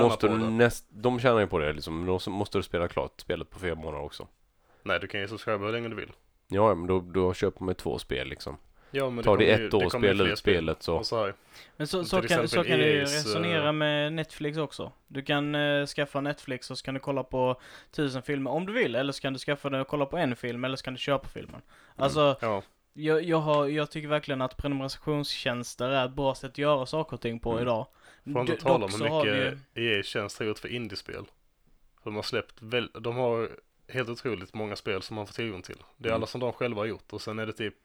A: de tjänar ju på det liksom. Då måste du spela klart spelet på 4 månader också.
C: Nej, du kan ju subscriba hur länge du vill.
A: Ja, men då köper man 2 spel liksom.
C: Ja, men
A: tar det ett år att spela ut spelet så.
B: Men så kan du resonera med Netflix också. Du kan skaffa Netflix och så kan du kolla på 1000 filmer om du vill. Eller så kan du skaffa den och kolla på en film. Eller så kan du köpa filmen. Alltså, jag tycker verkligen att prenumerationstjänster är ett bra sätt att göra saker och ting på idag.
C: Får inte tala om hur mycket EA-tjänst har gjort för indiespel. De har släppt de har helt otroligt många spel som man får tillgång till. Det är alla som de själva har gjort. Och sen är det typ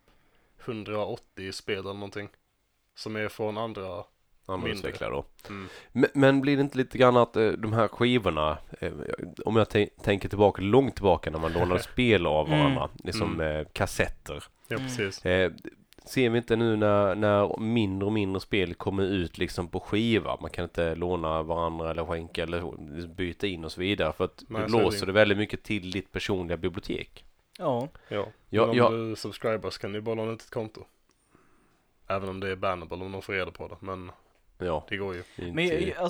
C: 180 spel eller någonting som är från andra
A: utvecklare då. Men blir det inte lite grann att de här skivorna, om jag tänker långt tillbaka när man lånade spel av varandra, liksom kassetter.
C: Ja, precis.
A: Ser vi inte nu när mindre och mindre spel kommer ut liksom på skiva, man kan inte låna varandra eller skänka eller byta in och så vidare, för att du låser det väldigt mycket till ditt personliga bibliotek.
B: Ja.
C: Men om du subscriber så kan du bara låna ut ett konto. Även om det är bannable om de får reda på det. Men det går ju.
B: Men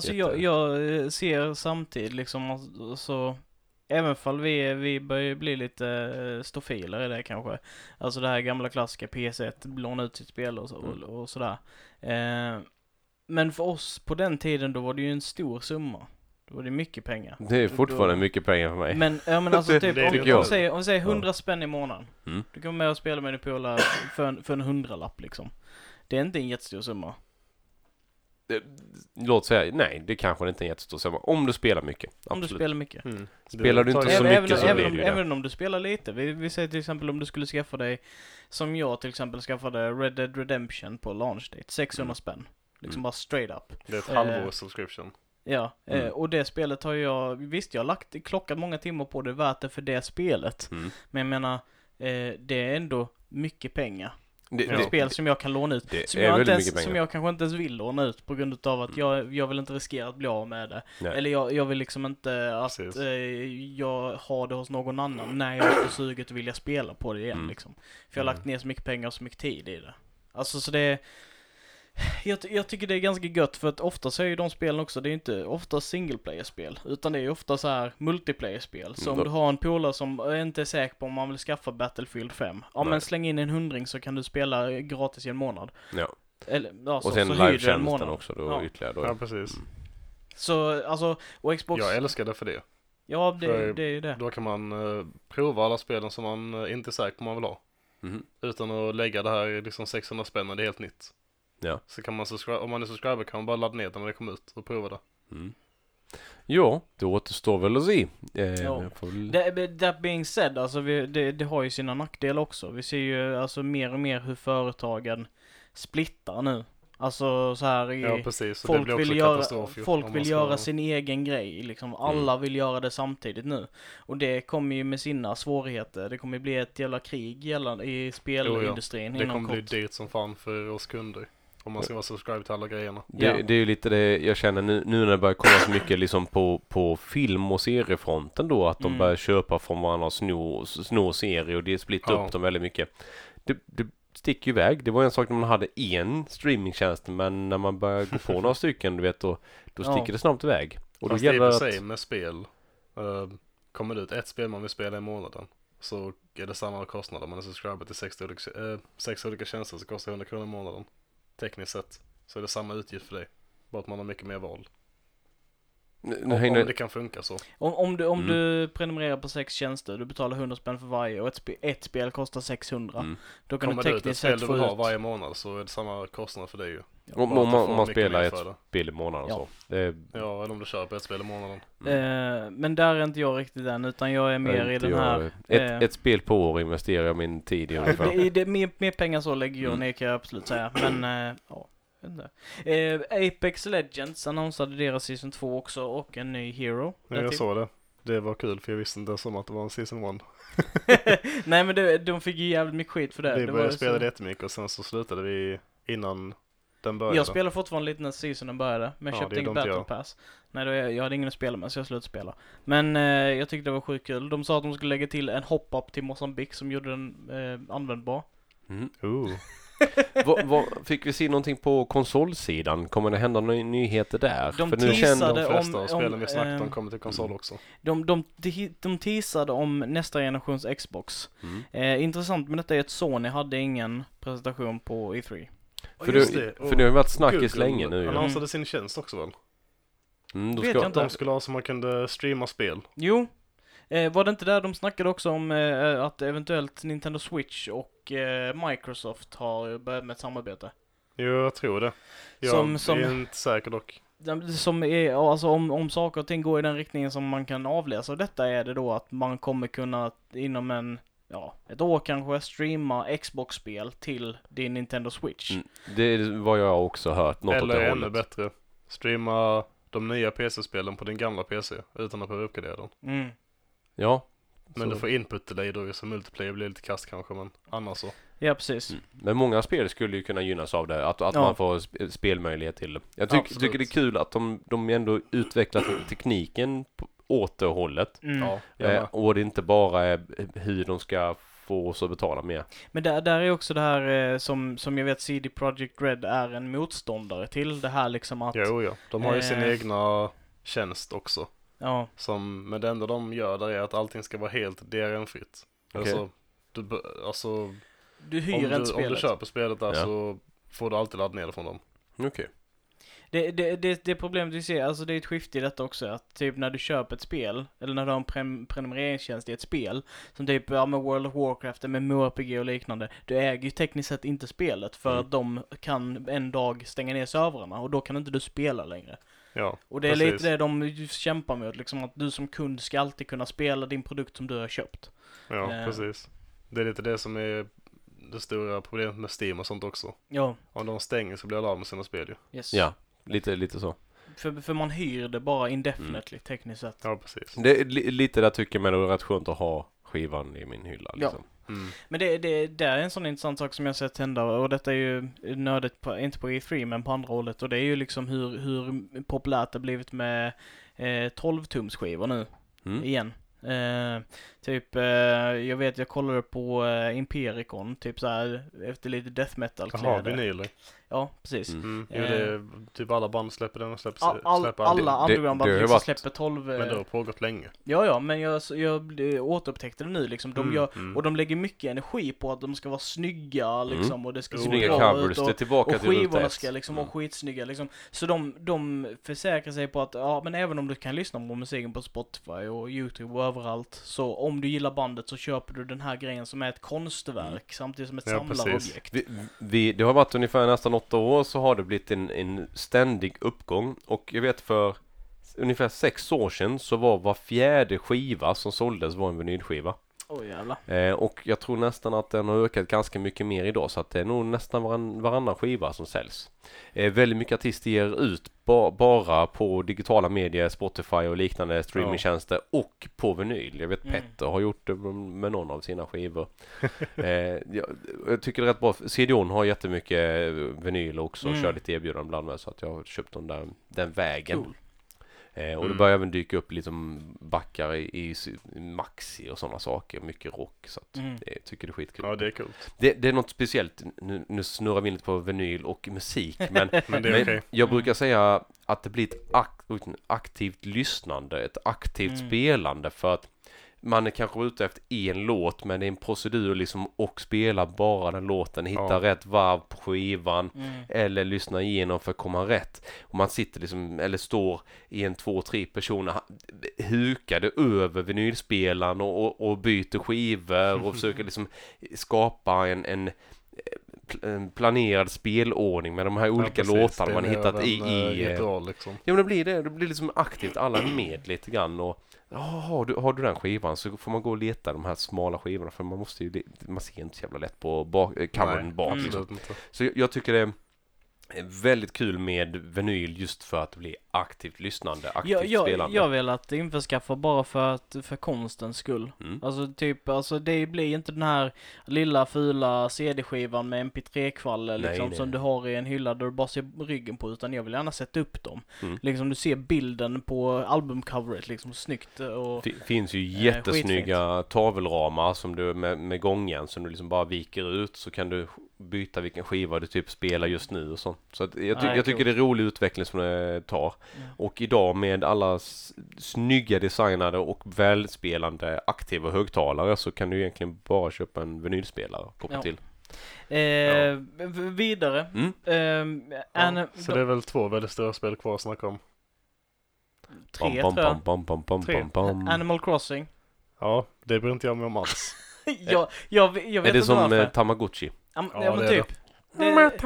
B: jag ser samtidigt liksom så, även fall vi börjar bli lite stofiler i det kanske. Alltså det här gamla klassiska PS1, låna ut sitt spel och sådär. Men för oss på den tiden då var det ju en stor summa. Då var det mycket pengar. Det är
A: fortfarande mycket pengar för mig.
B: Men alltså typ om vi säger 100 spänn i månaden. Du kan med och spela med en pola för en 100-lapp liksom. Det är inte en jättestor summa.
A: Låt säga, nej, det kanske inte är en jättestor summa. Om du spelar mycket. Absolut.
B: Om du spelar mycket.
A: Spelar du inte så mycket så blir det ju
B: även om du spelar lite. Vi säger till exempel om du skulle skaffa dig, som jag till exempel skaffade Red Dead Redemption på launch date, 600 spänn. Liksom bara straight up.
C: Det är ett halvårs subscription.
B: Ja, och det spelet har jag har klockat många timmar på det, värt det för det spelet. Men jag menar, det är ändå mycket pengar. Det är ett spel som jag kan låna ut. Som jag kanske inte ens vill låna ut på grund av att jag vill inte riskera att bli av med det. Nej. Eller jag vill liksom inte att jag har det hos någon annan när jag är suget och vilja spela på det igen liksom. För jag har lagt ner så mycket pengar och så mycket tid i det. Alltså så det jag tycker det är ganska gött, för att ofta så är ju de spelen också, det är inte ofta single player-spel, utan det är ju ofta så här multiplayer-spel. Så om du har en polare som inte är säker på om man vill skaffa Battlefield 5, men släng in en 100 så kan du spela gratis i en månad.
A: Ja.
B: Eller,
A: och sen live-tjänsten också då ytterligare då.
C: Ja, precis.
B: Så, alltså, och Xbox...
C: Jag älskar det för det.
B: Ja, det är ju det.
C: Då kan man prova alla spelen som man inte är säker på man vill ha. Utan att lägga det här liksom 600 spänn, det är helt nytt. Ja. Så kan man om man är subscriber kan man bara ladda ner det när det kommer ut och prova det.
A: Ja, det återstår väl att se.
B: That being said, alltså det har ju sina nackdelar också. Vi ser ju alltså mer och mer hur företagen splittar nu. Alltså så här
C: ja, precis.
B: Folk vill göra sin egen grej liksom. Alla vill göra det samtidigt nu. Och det kommer ju med sina svårigheter. Det kommer bli ett jävla krig i spelindustrin.
C: Det kommer bli dyrt som fan för oss kunder. Om man ska vara subscribe till alla grejerna.
A: Det är ju lite det jag känner nu när det börjar komma så mycket liksom på film- och seriefronten då. Att de börjar köpa från varandra och snå serier, och det splittar upp dem väldigt mycket. Det sticker iväg. Det var en sak när man hade en streamingtjänst, men när man börjar gå på några stycken, du vet, då sticker det snabbt iväg. Och
C: fast
A: då gäller
C: det i sig med spel. Kommer det ut ett spel man vill spela i månaden, så är det samma kostnad om man är subscriber till 6 olika tjänster, så kostar 100 kronor i månaden. Tekniskt sett så är det samma utgift för dig, bara att man har mycket mer val. Om det kan funka så.
B: Om du prenumererar på 6 tjänster, du betalar 100 spänn för varje, och ett spel kostar 600. Då kan du tekniskt sett få ut...
C: du vill ha varje månad, så är det samma kostnad för dig ju.
A: Om man spelar ett spel i månaden så.
C: Ja, eller om du köper ett spel i månaden.
B: Men där är inte jag riktigt än, utan jag är mer i den här...
A: Ett spel på år investerar jag min tid i ungefär.
B: Det mer pengar så lägger jag ner, kan jag absolut säga. Men, Apex Legends annonsade deras Season 2 också, och en ny Hero.
C: Ja, jag såg det. Det var kul, för jag visste inte som att det var en Season 1.
B: Nej, men de fick ju jävligt mycket skit för det.
C: Vi började spela det jättemycket, och sen så slutade vi innan den började.
B: Jag spelar fortfarande lite när seasonen började, men jag köpte ingen Battle Pass. Nej, jag hade ingen att spela med, så jag slutade spela. Men jag tyckte det var sjukt kul. De sa att de skulle lägga till en hop-up till Mozambique som gjorde den användbar.
A: Fick vi se någonting på konsolsidan? Kommer det hända några nyheter där?
B: De
C: flesta av spelen vi snackade om kommer till konsol också.
B: De teasade om nästa generations Xbox. Intressant med detta är att Sony hade ingen presentation på E3.
A: För det har ju varit snackis länge nu.
C: Han annonsade sin tjänst också väl?
B: De
C: skulle ha så man kunde streama spel.
B: Jo. Var det inte där de snackade också om att eventuellt Nintendo Switch och Microsoft har börjat med ett samarbete?
C: Jo, jag tror det. Jag är inte säker dock.
B: Som är, alltså om saker och ting går i den riktningen som man kan avläsa, och detta är det då att man kommer kunna inom ett år kanske streama Xbox-spel till din Nintendo Switch.
A: Det var jag också hört. Något
C: eller ännu bättre. Streama de nya PC-spelen på din gamla PC utan att behöva uppgradera den.
A: Ja.
C: Men du får input delay då, så multiplayer blir lite kast kanske, men annars så.
B: Ja, precis.
A: Men många spel skulle ju kunna gynnas av det, att man får spelmöjlighet till det. Jag tycker det är kul att de ändå utvecklat tekniken åt det hållet. Och det inte bara är hur de ska få oss att betala mer. Men
B: där är också det här som jag vet CD Projekt Red är en motståndare till det här liksom att...
C: Jo. De har ju sin egna tjänst också.
B: Ja.
C: Men det enda de gör där är att allting ska vara helt DRM-fritt.
A: Okay.
B: Du hyr inte spelet.
C: Om du köper spelet där så får du alltid ladda ner det från dem.
A: Okej.
B: Det problemet vi ser, alltså det är ett skifte i detta också, att typ när du köper ett spel, eller när du har en prenumreringstjänst i ett spel, som typ med World of Warcraft, med MMORPG och liknande, du äger ju tekniskt sett inte spelet, för att de kan en dag stänga ner servrarna, och då kan inte du spela längre.
C: Ja,
B: och det är lite det de kämpar med, liksom, att du som kund ska alltid kunna spela din produkt som du har köpt.
C: Ja, precis. Det är lite det som är det stora problemet med Steam och sånt också.
B: Ja.
C: Om de stänger så blir alla av med sina spel ju.
B: Yes.
A: Ja, lite så.
B: För man hyr det bara indefinitely, tekniskt sett.
C: Ja, precis.
A: Det är lite där tycker jag, men det är rätt skönt att ha skivan i min hylla liksom.
B: Men det är en sån intressant sak som jag sett hända, och detta är ju nördigt inte på E3 men på andra hållet, och det är ju liksom hur populärt det blivit med 12-tumsskivor nu igen. Jag vet, jag kollade på Impericon typ så här efter lite death metal kläder.
C: Jaha, vinyler.
B: Ja, precis.
C: Jo, det är typ alla band släpper den och släpper
B: alla undergroundband liksom
A: varit...
B: släpper 12.
C: Men det har pågått länge.
B: Ja, men jag återupptäckte det nu liksom. Och de lägger mycket energi på att de ska vara snygga liksom, och det ska se bra
A: covers,
B: ut,
A: det är tillbaka
B: och
A: till
B: skivorna ska liksom vara skitsnygga liksom. Så de försäkrar sig på att men även om du kan lyssna på musiken på Spotify och YouTube och överallt, så om du gillar bandet så köper du den här grejen som är ett konstverk samtidigt som ett samlarobjekt.
A: Det har varit ungefär nästan 8 år, så har det blivit en ständig uppgång, och jag vet för ungefär 6 år sedan så var fjärde skiva som såldes var en vinylskiva.
B: Jävlar.
A: Och jag tror nästan att den har ökat ganska mycket mer idag, så att det är nog nästan varannan skiva som säljs. Väldigt mycket artister ger ut bara på digitala medier, Spotify och liknande streamingtjänster och på vinyl. Jag vet Petter har gjort det med någon av sina skivor. Jag tycker det är rätt bra. CDON har jättemycket vinyl också och kör lite erbjudanden ibland med, så att jag har köpt den vägen.
B: Cool.
A: Och det börjar även dyka upp lite backar i maxi och sådana saker. Mycket rock, så att jag tycker det är skitkul.
C: Ja, det är coolt.
A: Det är något speciellt. Nu snurrar vi in lite på vinyl och musik, men,
C: men det är okej.
A: Jag brukar säga att det blir ett aktivt lyssnande, ett aktivt spelande, för att man är kanske ute efter en låt, men det är en procedur liksom, och spela bara den låten, hitta rätt varv på skivan eller lyssna igenom för att komma rätt. Och man sitter liksom, eller står i 2-3 personer hukade över vinylspelaren och byter skivor och försöker liksom skapa en planerad spelordning med de här olika låtarna man hittat i
C: liksom.
A: Ja, men det blir liksom aktivt, alla med lite grann, och har du den skivan så får man gå och leta de här smala skivorna, för man ser inte så jävla lätt på covern bak liksom. Så jag tycker det är väldigt kul med vinyl just för att det blir aktivt lyssnande, aktivt spelande.
B: Jag vill att införskaffa bara för konstens skull. Alltså det blir inte den här lilla fula CD-skivan med MP3-kvaller liksom, som du har i en hylla där du bara ser ryggen på, utan jag vill gärna sätta upp dem. Liksom du ser bilden på albumcoveret liksom, snyggt och
A: finns ju jättesnygga tavelramar som du med gången som du liksom bara viker ut, så kan du byta vilken skiva du typ spelar just nu och sånt. Så att jag tycker det är rolig utveckling som det tar. Och idag med alla snygga designade och välspelande aktiva högtalare, så kan du egentligen bara köpa en vinylspelare och koppla till.
B: Vidare.
C: Så det är väl 2 väldigt stora spel kvar att snacka om.
B: 3 tror jag. Animal Crossing.
C: Ja, det bryr inte jag mig om alls.
B: jag vet
A: är det som
B: varför.
A: Tamagotchi?
B: Ja, men typ.
C: Det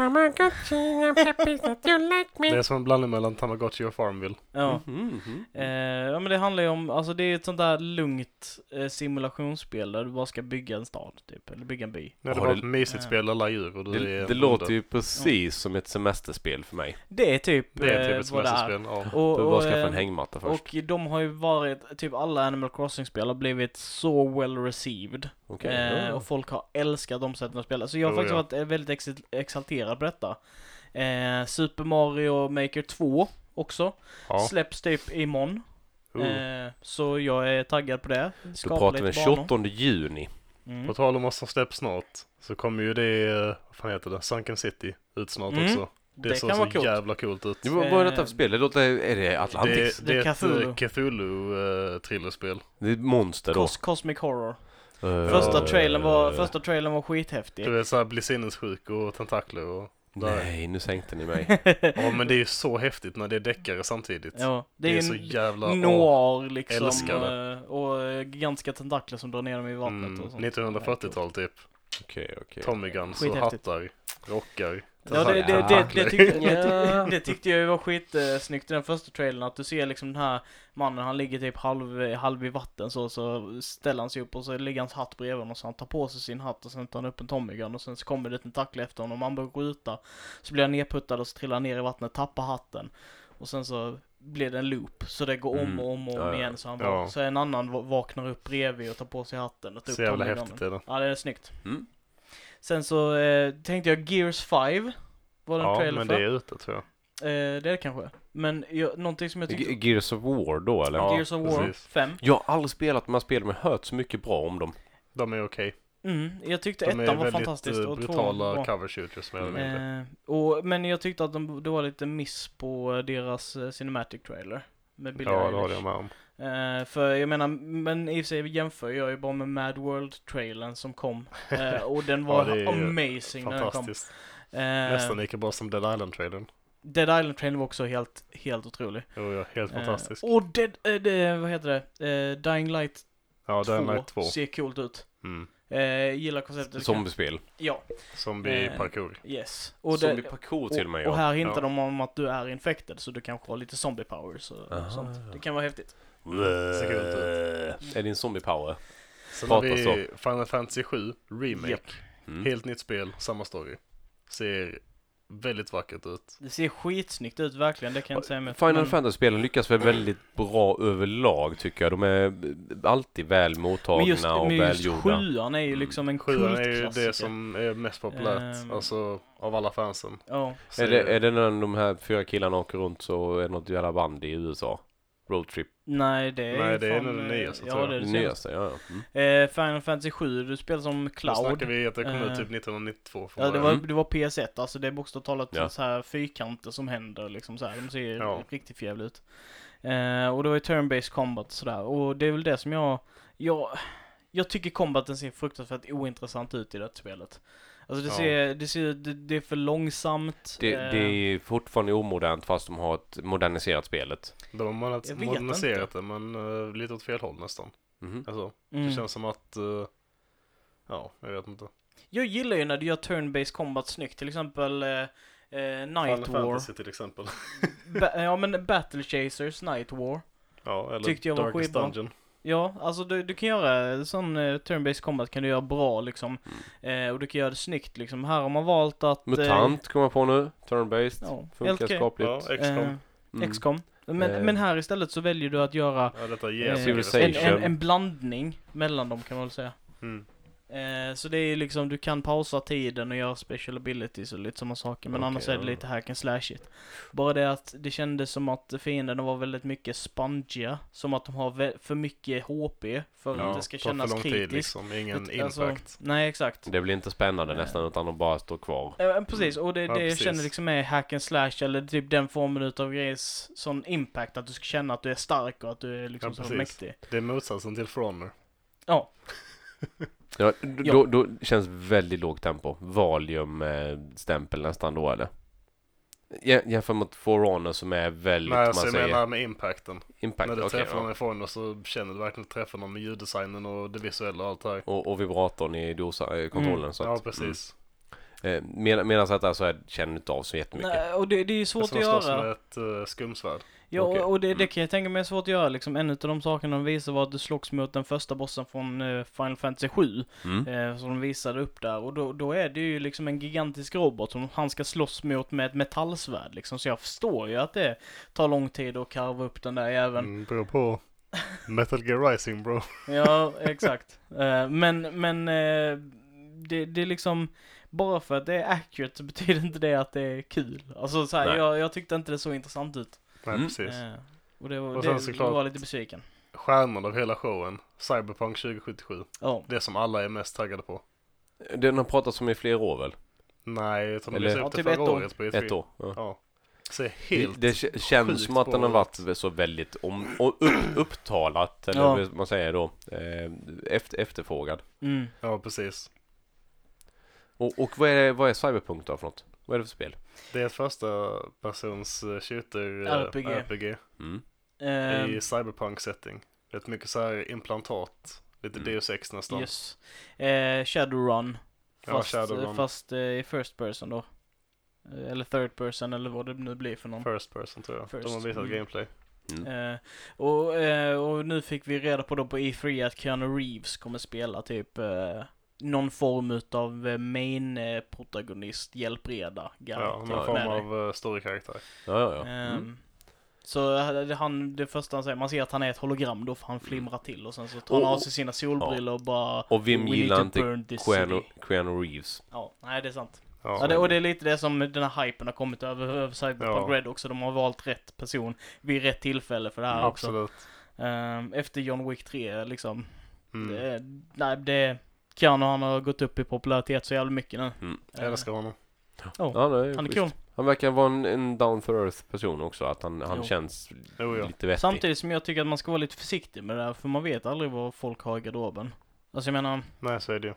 C: är som en blandning mellan Tamagotchi och Farmville.
B: Ja. Ja, men det handlar ju om, alltså det är ett sånt där lugnt simulationsspel där du bara ska bygga en stad typ, eller bygga en by.
C: Ja, det var ett mysigt spel, alla djur och
A: det låter ju precis som ett semesterspel för mig.
B: Det är typ
C: ett semesterspel,
B: Och
A: du bara skaffa en hängmatta först.
B: Och de har ju varit, typ alla Animal Crossing-spel har blivit så well received. Och folk har älskat de sätten att spela. Så jag har faktiskt varit väldigt exalterad på detta. Super Mario Maker 2 också. Släpps typ imorgon. Så jag är taggad på det.
A: Du pratar den 28 juni.
C: På tal om vad som släpps snart, så kommer ju det, vad fan heter det, Sunken City ut snart också. Det såg så jävla coolt ut.
A: Vad är detta för spel? Är det Atlantis?
C: Det är ett Cthulhu-thrillerspel.
A: Det är ett monster då.
B: Cosmic Horror. Första trailern var skithäftig.
C: Du är såhär, blir sinnessjuk och tentakler och...
A: Nej, nu sänkte ni mig.
C: Ja, men det är ju så häftigt när det är deckare samtidigt.
B: Ja, det är
C: så jävla
B: noir liksom.
C: Älskar det.
B: Och gigantiska tentakler som drar ner dem i vattnet och sånt.
C: 1940-tal typ.
A: Okej.
C: Tommy Guns och hattar. rockar.
B: Ja, det tyckte jag var skitsnyggt i den första trailern, att du ser liksom den här mannen, han ligger typ halv i vatten så ställer han sig upp och så ligger hans hatt bredvid och så han tar på sig sin hatt och sen tar han upp en Tommy Gun och sen så kommer det en tackle efter honom och han börjar skjuta, så blir han nedputtad och så trillar han ner i vattnet, tappar hatten och sen så blir det en loop så det går om och om igen så han bara, så en annan vaknar upp bredvid och tar på sig hatten och tar upp
C: så jävla
B: Tommy
C: häftigt
B: Gunnen.
C: är det.
B: Ja, det är snyggt. Sen så tänkte jag Gears 5 var den trailer
C: men
B: för.
C: det är ute tror jag.
B: Det är det kanske. Men någonting som jag tyckte...
A: Gears of War då eller?
B: Ja, Gears of War
C: precis.
B: 5.
A: Jag har aldrig spelat de här spelen men hört så mycket bra om dem.
C: De är okej.
B: Jag tyckte ettan var fantastisk.
C: De är väldigt brutala cover shooters med
B: men jag tyckte att det var lite miss på deras cinematic trailer. Med Billie
C: Ja,
B: Eilish.
C: det håller jag med om.
B: För jag menar, men i och för sig jämför jag ju bara med Mad World-trailern som kom. Och den var amazing när den kom.
C: Fantastiskt. Nästan lika bra som Dead Island-trailern.
B: Dead Island-trailern var också helt otrolig.
C: Jo, ja, helt fantastisk.
B: Och vad heter det? Dying Light 2 ser coolt ut. Gillar konceptet.
A: Zombiespel.
B: Ja.
C: Zombie-parkour.
B: Yes.
A: Zombie-parkour till och med,
B: och här hintar de om att du är infected så du kanske har lite zombie powers och sånt. Det kan vara häftigt.
A: Är det en zombie power?
C: Sen har vi Final Fantasy 7 Remake. Helt nytt spel, samma story. Ser väldigt vackert ut.
B: Det ser skitsnyggt ut verkligen, det kan jag inte säga med.
A: Final Fantasy-spelen lyckas väl väldigt bra överlag tycker jag. De är alltid väl mottagna och välgjorda.
B: Sjuan är ju liksom en kultklassiker.
C: Sjuan är ju det som är mest populärt, alltså av alla fansen.
A: Är det när de här 4 killarna åker runt så är det något jävla band i USA? Roadtrip?
B: Nej, det är
C: den nyaste.
B: Ja, det är det
A: nyaste,
B: Final Fantasy 7, du spelar som Cloud.
C: Då snackar vi att det kom ut typ 1992.
B: Ja, det var PS1, alltså det är bokstavligt talat så här fyrkanter som händer liksom så här. De ser riktigt jävligt ut. Och det var ju turn-based combat och sådär. Och det är väl det som jag tycker combaten ser fruktansvärt ointressant ut i det spelet. Alltså det är för långsamt.
A: Det är fortfarande omodernt fast de har ett moderniserat spelet.
C: De har moderniserat det men lite åt fel håll nästan. Alltså, det känns som att jag vet inte.
B: Jag gillar ju när du gör turn-based combat snyggt. Till exempel Night War.
C: Fantasy till exempel.
B: Men Battle Chasers Night War.
C: Ja, eller
B: tyckte jag var
C: Darkest Dungeon.
B: Ja, alltså du kan göra sån turn-based combat kan du göra bra liksom. Och du kan göra det snyggt liksom. Här har man valt att...
A: Mutant kommer på nu, turn-based. Funkar skapligt.
C: Ja,
B: XCOM. Men här istället så väljer du att göra en blandning mellan dem kan man väl säga. Så det är liksom, du kan pausa tiden och göra special abilities och lite sådana saker. Men annars är det lite hack and slash it. Bara det att det kändes som att fienderna var väldigt mycket spongiga. Som att de har för mycket HP för att det ska kännas kritiskt.
C: Tid, liksom. Ingen impact.
B: Alltså, nej, exakt.
A: Det blir inte spännande nästan utan de bara står kvar.
B: Precis, och det jag känner liksom är hack and slash eller typ den formen utav grejs sån impact. Att du ska känna att du är stark och att du är liksom så mäktig.
C: Det är motsatsen till For Honor.
B: Ja.
A: Ja, då känns väldigt lågt tempo. Valium-stämpel nästan då, eller? Jämför mot For Honor som är väldigt...
C: Nej, alltså jag menar med impacten.
A: När
C: du träffar någon i For Honor så känner du verkligen att träffar någon med ljuddesignen och det visuella och allt det här.
A: Och vibratorn i kontrollen. Så att,
C: ja, precis.
A: Medan att det så här känner inte av så jättemycket.
B: Nej, och det är svårt att göra.
C: Det är som ett skumsvärd.
B: Ja, och det kan jag tänka mig är svårt att göra. Liksom, en av de sakerna de visade var att du slogs mot den första bossen från Final Fantasy 7. Som de visade upp där. Och då är det ju liksom en gigantisk robot som han ska slåss mot med ett metallsvärd. Liksom. Så jag förstår ju att det tar lång tid att karva upp den där jäveln.
C: Beror på Metal Gear Rising, bro.
B: Ja, exakt. Men det är liksom... Bara för att det är accurate så betyder inte det att det är kul. Alltså så här, jag tyckte inte det så intressant ut.
C: Nej, precis.
B: Och det var lite besviken.
C: Stjärnan av hela showen, Cyberpunk 2077. Det som alla är mest taggade på.
A: Den har pratats om i flera år väl?
C: Nej, jag tror de visade upp det förra året på E3.
A: Ett år.
C: Ja. Så helt
A: det känns som att den har varit så väldigt upptalat, eller vad man säger då, efterfrågad.
C: Ja, precis.
A: Och vad är Cyberpunk då för något? Vad är det för spel?
C: Det är ett första persons shooter RPG. I cyberpunk-setting. Det är mycket så här implantat. Lite Deus Ex nästan.
B: Yes. Shadowrun Fast i first person då. Eller third person eller vad det nu blir för någon.
C: First person tror jag. De har visat gameplay.
B: Och nu fick vi reda på då på E3 att Keanu Reeves kommer spela typ någon form av main protagonist, hjälpreda.
C: Ja, någon form av story-karaktär.
B: Så det första han säger, man ser att han är ett hologram då, för han flimrar till och sen så tar han av sig sina solbrillor och bara...
A: Och vem gillar inte Keanu Reeves?
B: Ja, nej det är sant.
C: Ja,
B: och det är lite det som den här hypen har kommit över Cyberpunk Red också. De har valt rätt person vid rätt tillfälle för det här också.
C: Absolut.
B: Efter John Wick 3 liksom. Keanu, han har gått upp i popularitet så jävla mycket nu.
C: Jag älskar honom.
B: Han är cool.
A: Han verkar vara en down to earth person också, att han känns lite vettig.
B: Samtidigt som jag tycker att man ska vara lite försiktig med det där, för man vet aldrig vad folk har i garderoben. Alltså jag menar...
C: Nej, så är det ju.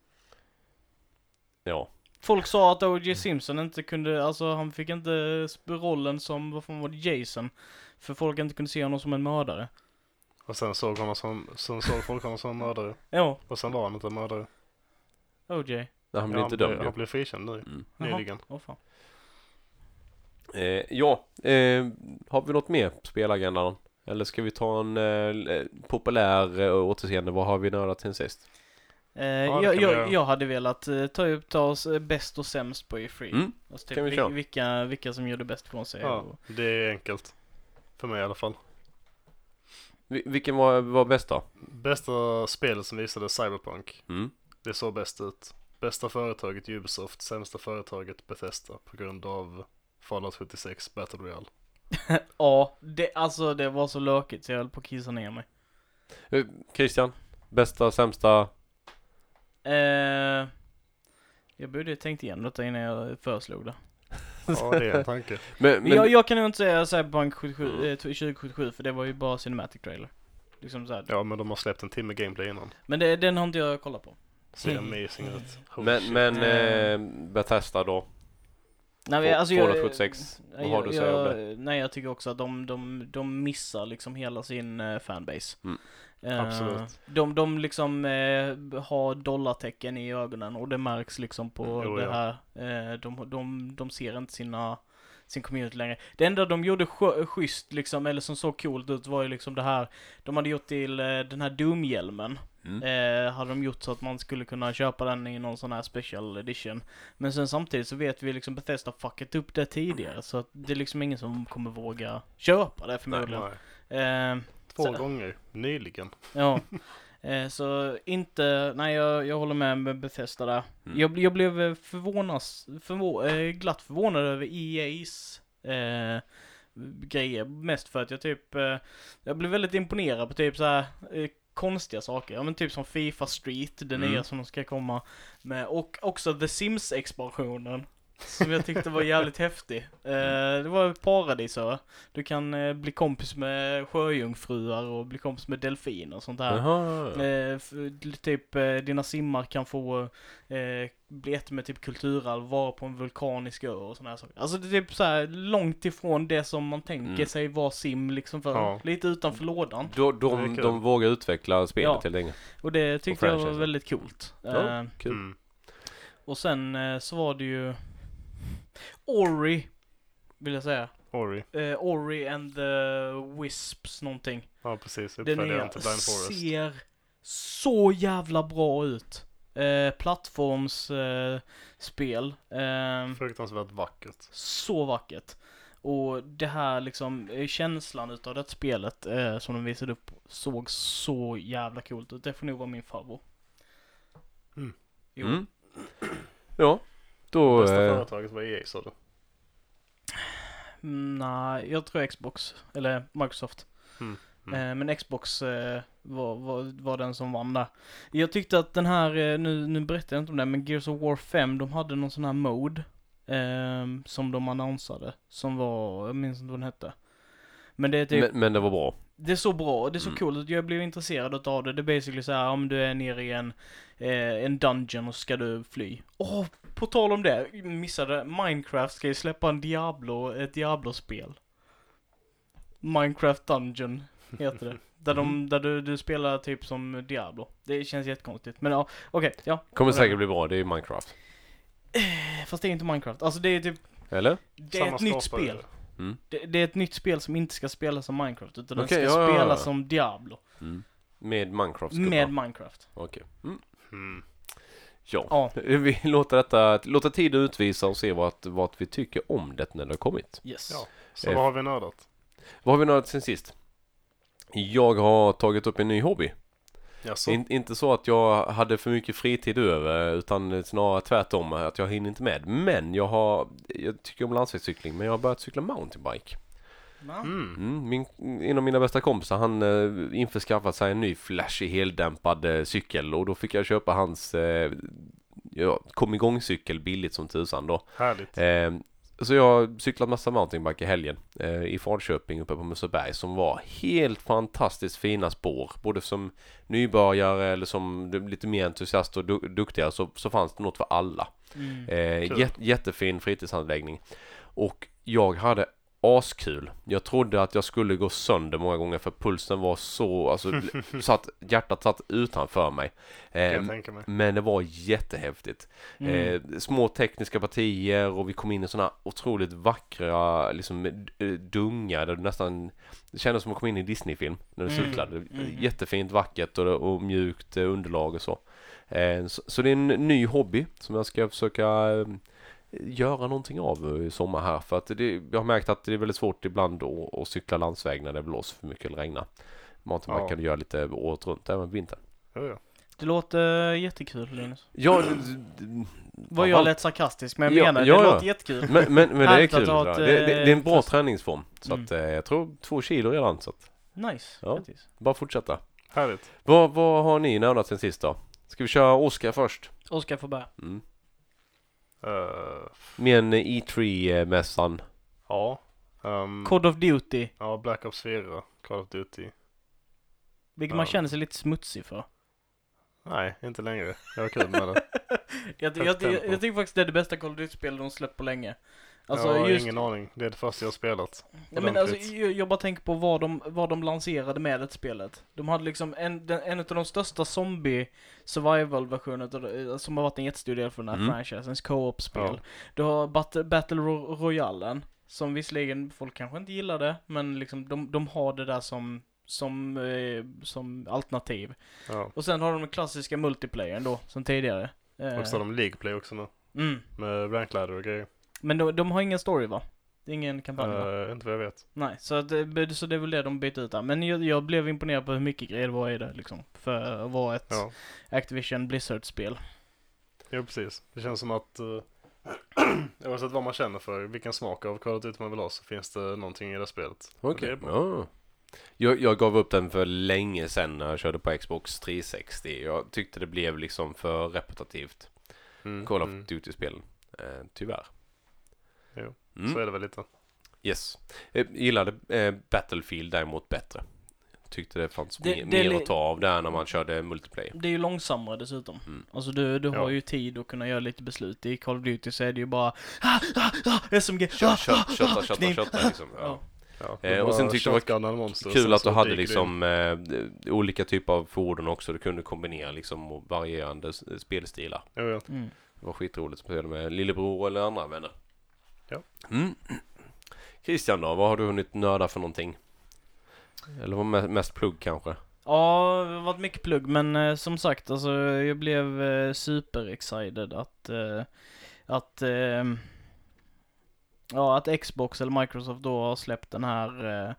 A: Ja.
B: Folk sa att O.J. Simpson inte kunde, alltså han fick inte rollen som, vad fan var det, Jason. För folk inte kunde se honom som en mördare.
C: Och sen såg folk honom som en mördare.
B: Ja.
C: Och sen var han inte en mördare.
B: O.J.
A: Han blev inte dömd.
C: Han blev frikänd nu, nyligen.
B: Fan.
A: Har vi något mer på spelagendan? Eller ska vi ta en populär återseende? Vad har vi nördat sen sist?
B: Jag hade velat ta oss bäst och sämst på E3. Alltså typ
A: kan vi köra?
B: Vilka som gjorde bäst från sig.
C: Ja, det är enkelt. För mig i alla fall.
A: Vilken var bästa?
C: Bästa spelet som visade Cyberpunk. Det såg bäst ut. Bästa företaget Ubisoft, sämsta företaget Bethesda på grund av Fallout 76 Battle Royale.
B: Ja, det var så lökigt så jag höll på att kissa ner mig.
A: Christian, bästa, sämsta?
B: Jag borde tänkt igenom detta innan jag föreslog det.
C: Ja, det är en tanke.
B: Men jag kan ju inte säga Cyberpunk 2077 för det var ju bara cinematic trailer. Liksom så här.
C: Ja, men de har släppt en timme gameplay innan.
B: Men den har inte jag kollat på.
C: Ser amazing ut.
A: Men Bethesda då?
B: Nej, alltså
A: Fallout 76. Vad har du att säga om det?
B: Nej, jag tycker också att de missar liksom hela sin fanbase.
C: Absolut.
B: De liksom har dollartecken i ögonen och det märks liksom på det här. De ser inte sin community längre. Det enda de gjorde schysst liksom, eller som såg coolt ut var ju liksom det här. De hade gjort till den här Doom-hjälmen. Hade de gjort så att man skulle kunna köpa den i någon sån här special edition. Men sen samtidigt så vet vi liksom Bethesda fuckat upp det tidigare. Så att det är liksom ingen som kommer våga köpa det förmodligen.
C: Nej. 2 gånger, nyligen.
B: Ja. Så inte, nej jag håller med Bethesda där. Jag blev glatt förvånad över EA's grejer. Mest för att jag blev väldigt imponerad på typ så här konstiga saker. Ja men typ som FIFA Street, den nya som de ska komma med. Och också The Sims-expansionen. Som jag tyckte var jävligt häftig. Det var ett paradis. Du kan bli kompis med sjöjungfruar och bli kompis med delfiner och sånt där. Typ dina simmar kan få bli ett med typ kulturarv, vara på en vulkanisk ö och såna här saker. Alltså det är typ så här långt ifrån det som man tänker sig vara sim liksom för. Lite utanför lådan.
A: De vågar utveckla spelet helt enkelt.
B: Och det tyckte jag var väldigt coolt.
A: Kul.
B: Och sen så var det ju Ori, vill jag säga. Ori and the Wisps någonting.
C: Ja, precis.
B: Den ser så jävla bra ut. Plattformsspel.
C: Fruktansvärt vackert.
B: Så vackert. Och det här liksom, känslan utav det spelet som de visade upp såg så jävla coolt ut. Det får nog vara min favorit.
A: Ja. Då,
C: bästa företaget var EA, sa du?
B: Nej, jag tror Xbox. Eller Microsoft. Men Xbox var den som vann där. Jag tyckte att den här, nu berättar jag inte om det, men Gears of War 5, de hade någon sån här mode som de annonsade. Som var, jag minns inte vad den hette. Men det är typ,
A: men det var bra.
B: Det är så bra, det är så coolt att jag blev intresserad av det. Det är basically så här, om du är nere i en dungeon och ska du fly. På tal om det, missade Minecraft ska ju släppa ett Diablo-spel. Minecraft Dungeon heter det. Där du spelar typ som Diablo. Det känns jättekonstigt. Men ja, okej, ja.
A: Kommer säkert bli bra, det är ju Minecraft.
B: Fast det är inte Minecraft. Alltså det är typ...
A: Eller?
B: Det är ett nytt spel. Det är ett nytt spel som inte ska spelas som Minecraft, utan den ska spelas som Diablo.
A: Med Minecraft.
B: Med Minecraft.
A: Okej. Ja, vi låter tiden utvisa och se vad vi tycker om det när det har kommit.
B: Yes.
C: Ja. Så vad har vi nördat?
A: Vad har vi nördat sen sist? Jag har tagit upp en ny hobby. Inte så att jag hade för mycket fritid över, utan snarare tvärtom att jag hinner inte med. Men jag tycker om landsvägscykling, men jag har börjat cykla mountainbike. En av mina bästa kompisar, han införskaffat sig en ny flashig heldämpad cykel, och då fick jag köpa hans kom igång cykel billigt som tusan då.
C: Härligt.
A: Så jag har cyklat massa mountainbike i helgen i Falköping uppe på Musselberg, som var helt fantastiskt fina spår. Både som nybörjare eller som lite mer entusiast och duktiga, så fanns det något för alla. Jättefin fritidsanläggning. Och jag hade askul. Jag trodde att jag skulle gå sönder många gånger, för pulsen var så, så att hjärtat satt utanför mig. Men det var jättehäftigt. Små tekniska partier, och vi kom in i såna otroligt vackra liksom dungar där det kändes som att komma in i en Disney-film när du cyklade. Jättefint, vackert och mjukt underlag och så. Så det är en ny hobby som jag ska försöka göra någonting av i sommar här, för att jag har märkt att det är väldigt svårt ibland att cykla landsväg när det blåser för mycket eller regnar. Mountainbike kan du göra lite året runt, även vintern.
C: Ja.
B: Det låter jättekul, Linus.
A: Ja,
B: var jag lite sarkastisk, men jag menar, det låter jättekul.
A: Men det är kul. Det är en bra träningsform. Så att jag tror 2 kilo redan. Så att,
B: nice.
A: Ja, bara fortsätta.
C: Härligt.
A: Vad har ni nördat sen sist då? Ska vi köra Oscar först?
B: Oscar får börja.
A: Med en E3-mässan.
C: Ja.
B: Call of Duty.
C: Ja, Black Ops 4. Call of Duty.
B: Vilket man känner sig lite smutsig för.
C: Nej, inte längre. Jag har kul med det.
B: jag tycker faktiskt det är det bästa Call of Duty-spel de släppt på länge. Alltså,
C: jag har ingen aning. Det är det första jag har spelat.
B: Men alltså, jag bara tänker på vad de lanserade med det spelet. De hade liksom en av de största zombie survival-versioner som har varit en jättestor del för den här franchisens co-op-spel. Ja. Du har Battle Royale, som visserligen folk kanske inte gillade, men liksom de har det där som alternativ. Ja. Och sen har de den klassiska multiplayern då, som tidigare.
C: Och så har de League Play också nu. Med rank ladder och grejer.
B: Men de har ingen story, va? Det är ingen kampanj, va?
C: Inte vad jag vet.
B: Nej, så det är väl det de byter ut där. Men jag blev imponerad på hur mycket grejer det var i det, liksom. För att vara ett Activision Blizzard-spel.
C: Ja, precis. Det känns som att oavsett vad man känner för, vilken smak av Call of Duty man vill ha, så finns det någonting i det spelet.
A: Okej. Ja. Jag gav upp den för länge sedan när jag körde på Xbox 360. Jag tyckte det blev liksom för repetitivt. Call of Duty-spelen. Tyvärr.
C: Jo, så är det väl lite.
A: Yes. Jag gillade Battlefield däremot bättre. Tyckte det fanns mer att ta av där när man körde multiplayer.
B: Det är ju långsammare dessutom. Alltså du har ju tid att kunna göra lite beslut. I Call of Duty så är det ju bara SMG.
A: Kötta liksom. Ja. Och sen tyckte jag det var kul att du hade liksom olika typer av fordon också. Du kunde kombinera liksom varierande spelstilar.
C: Ja.
A: Det var skitroligt att spela med lillebror eller andra vänner.
C: Ja.
A: Christian då, vad har du hunnit nörda för någonting? Eller var mest plugg kanske?
B: Ja, det har varit mycket plugg, men som sagt, alltså jag blev super excited att Xbox eller Microsoft då har släppt den här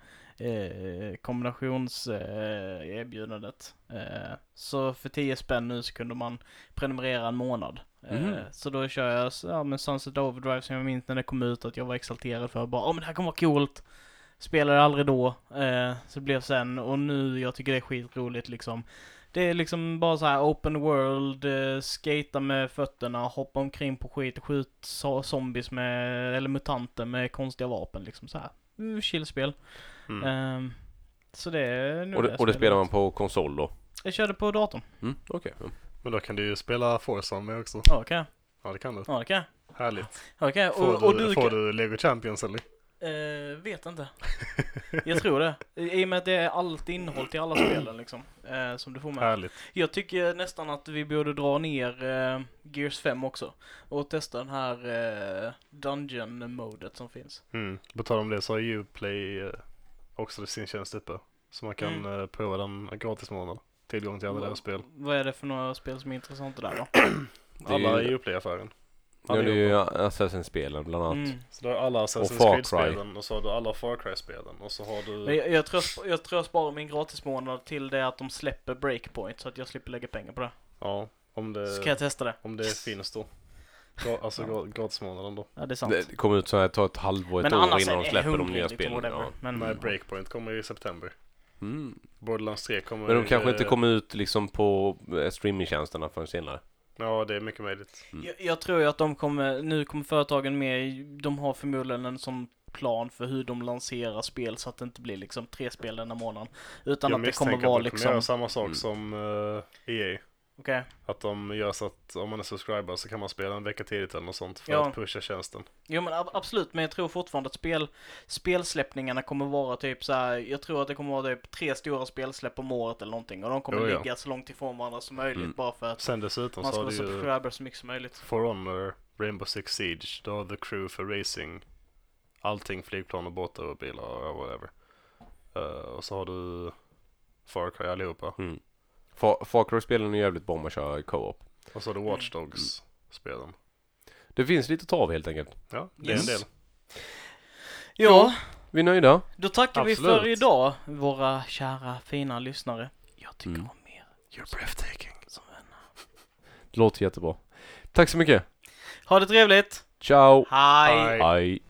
B: kombinationserbjudandet. Så för 10 spänn nu så kunde man prenumerera en månad. Så då kör jag med Sunset Overdrive, som jag minns när det kom ut, att jag var exalterad för bara, men det här kommer vara coolt. Spelade aldrig då, så det blev sen, och nu jag tycker det är skitroligt liksom. Det är liksom bara så här open world, skata med fötterna, hoppa omkring på skit och skjuta zombies eller mutanter med konstiga vapen liksom så här. Chillspel. Så det är nu
A: och det spelar man på konsol då?
B: Jag körde på datorn.
A: Okej.
C: Men då kan du ju spela Forza med också.
B: Ja, okay.
C: Ja, det kan du.
B: Ja, det kan.
C: Härligt.
B: Okay.
C: Får du Lego Champions eller?
B: Vet inte. Jag tror det. I och med att det är allt innehåll till alla spelen liksom. Som du får med.
C: Härligt.
B: Jag tycker nästan att vi borde dra ner Gears 5 också. Och testa den här Dungeon-modet som finns.
C: På tal om det så har Uplay också sin tjänst uppe. Så man kan prova den gratis månad. Tillgång till alla deras spel.
B: Vad är det för några spel som är intressanta där då?
C: Alla i Uplay-affären.
A: Ja, det är ju Assassin-spelen bland annat.
C: Så du har alla Assassin's
A: Far
C: Creed-spelen och så har du alla Far Cry-spelen och så har du...
B: Men jag tror jag sparar min gratismånad till det att de släpper Breakpoint så att jag slipper lägga pengar på det.
C: Ja, om det...
B: Så kan jag testa det.
C: Om det finns då. Alltså gratismånaden då.
B: Ja, det är sant.
A: Det kommer ut så här, tar ett halvår, ett år innan de släpper de nya spelen. Ja.
C: Men Breakpoint kommer i september. Borderlands 3 kommer...
A: Men de kanske inte kommer ut liksom på streamingtjänsterna förrän senare.
C: Ja, det är mycket möjligt.
B: Jag tror ju att nu kommer företagen med, de har förmodligen en sån plan för hur de lanserar spel så att det inte blir liksom 3 spel den här månaden. Utan att det kommer vara liksom...
C: Jag göra samma sak som EA.
B: Okej.
C: Att de gör så att om man är subscriber så kan man spela en vecka tidigt eller något sånt för att pusha tjänsten.
B: Jo men absolut, men jag tror fortfarande att spelsläppningarna kommer vara typ så här. Jag tror att det kommer vara typ 3 stora spelsläpp om året eller någonting. Och de kommer ligga så långt ifrån varandra som möjligt bara för att
C: sen dessutom
B: man ska
C: så
B: vara subscriber så mycket som möjligt.
C: For Honor, Rainbow Six Siege, då har The Crew för racing. Allting, flygplan och båtar och bilar och whatever. Och så har du Far Cry allihopa.
A: Far Cry-spelen är jävligt bra om man kör co-op.
C: Och så har du Watch Dogs-spelen.
A: Det finns lite att ta av helt enkelt.
C: Ja, det är en del.
B: Ja,
A: vi är nöjda.
B: Då tackar vi för idag, våra kära fina lyssnare. Jag tycker om mer.
C: You're breathtaking.
B: Som vänner.
A: Det låter jättebra. Tack så mycket.
B: Ha det trevligt.
A: Ciao.
B: Hej.
A: Hej.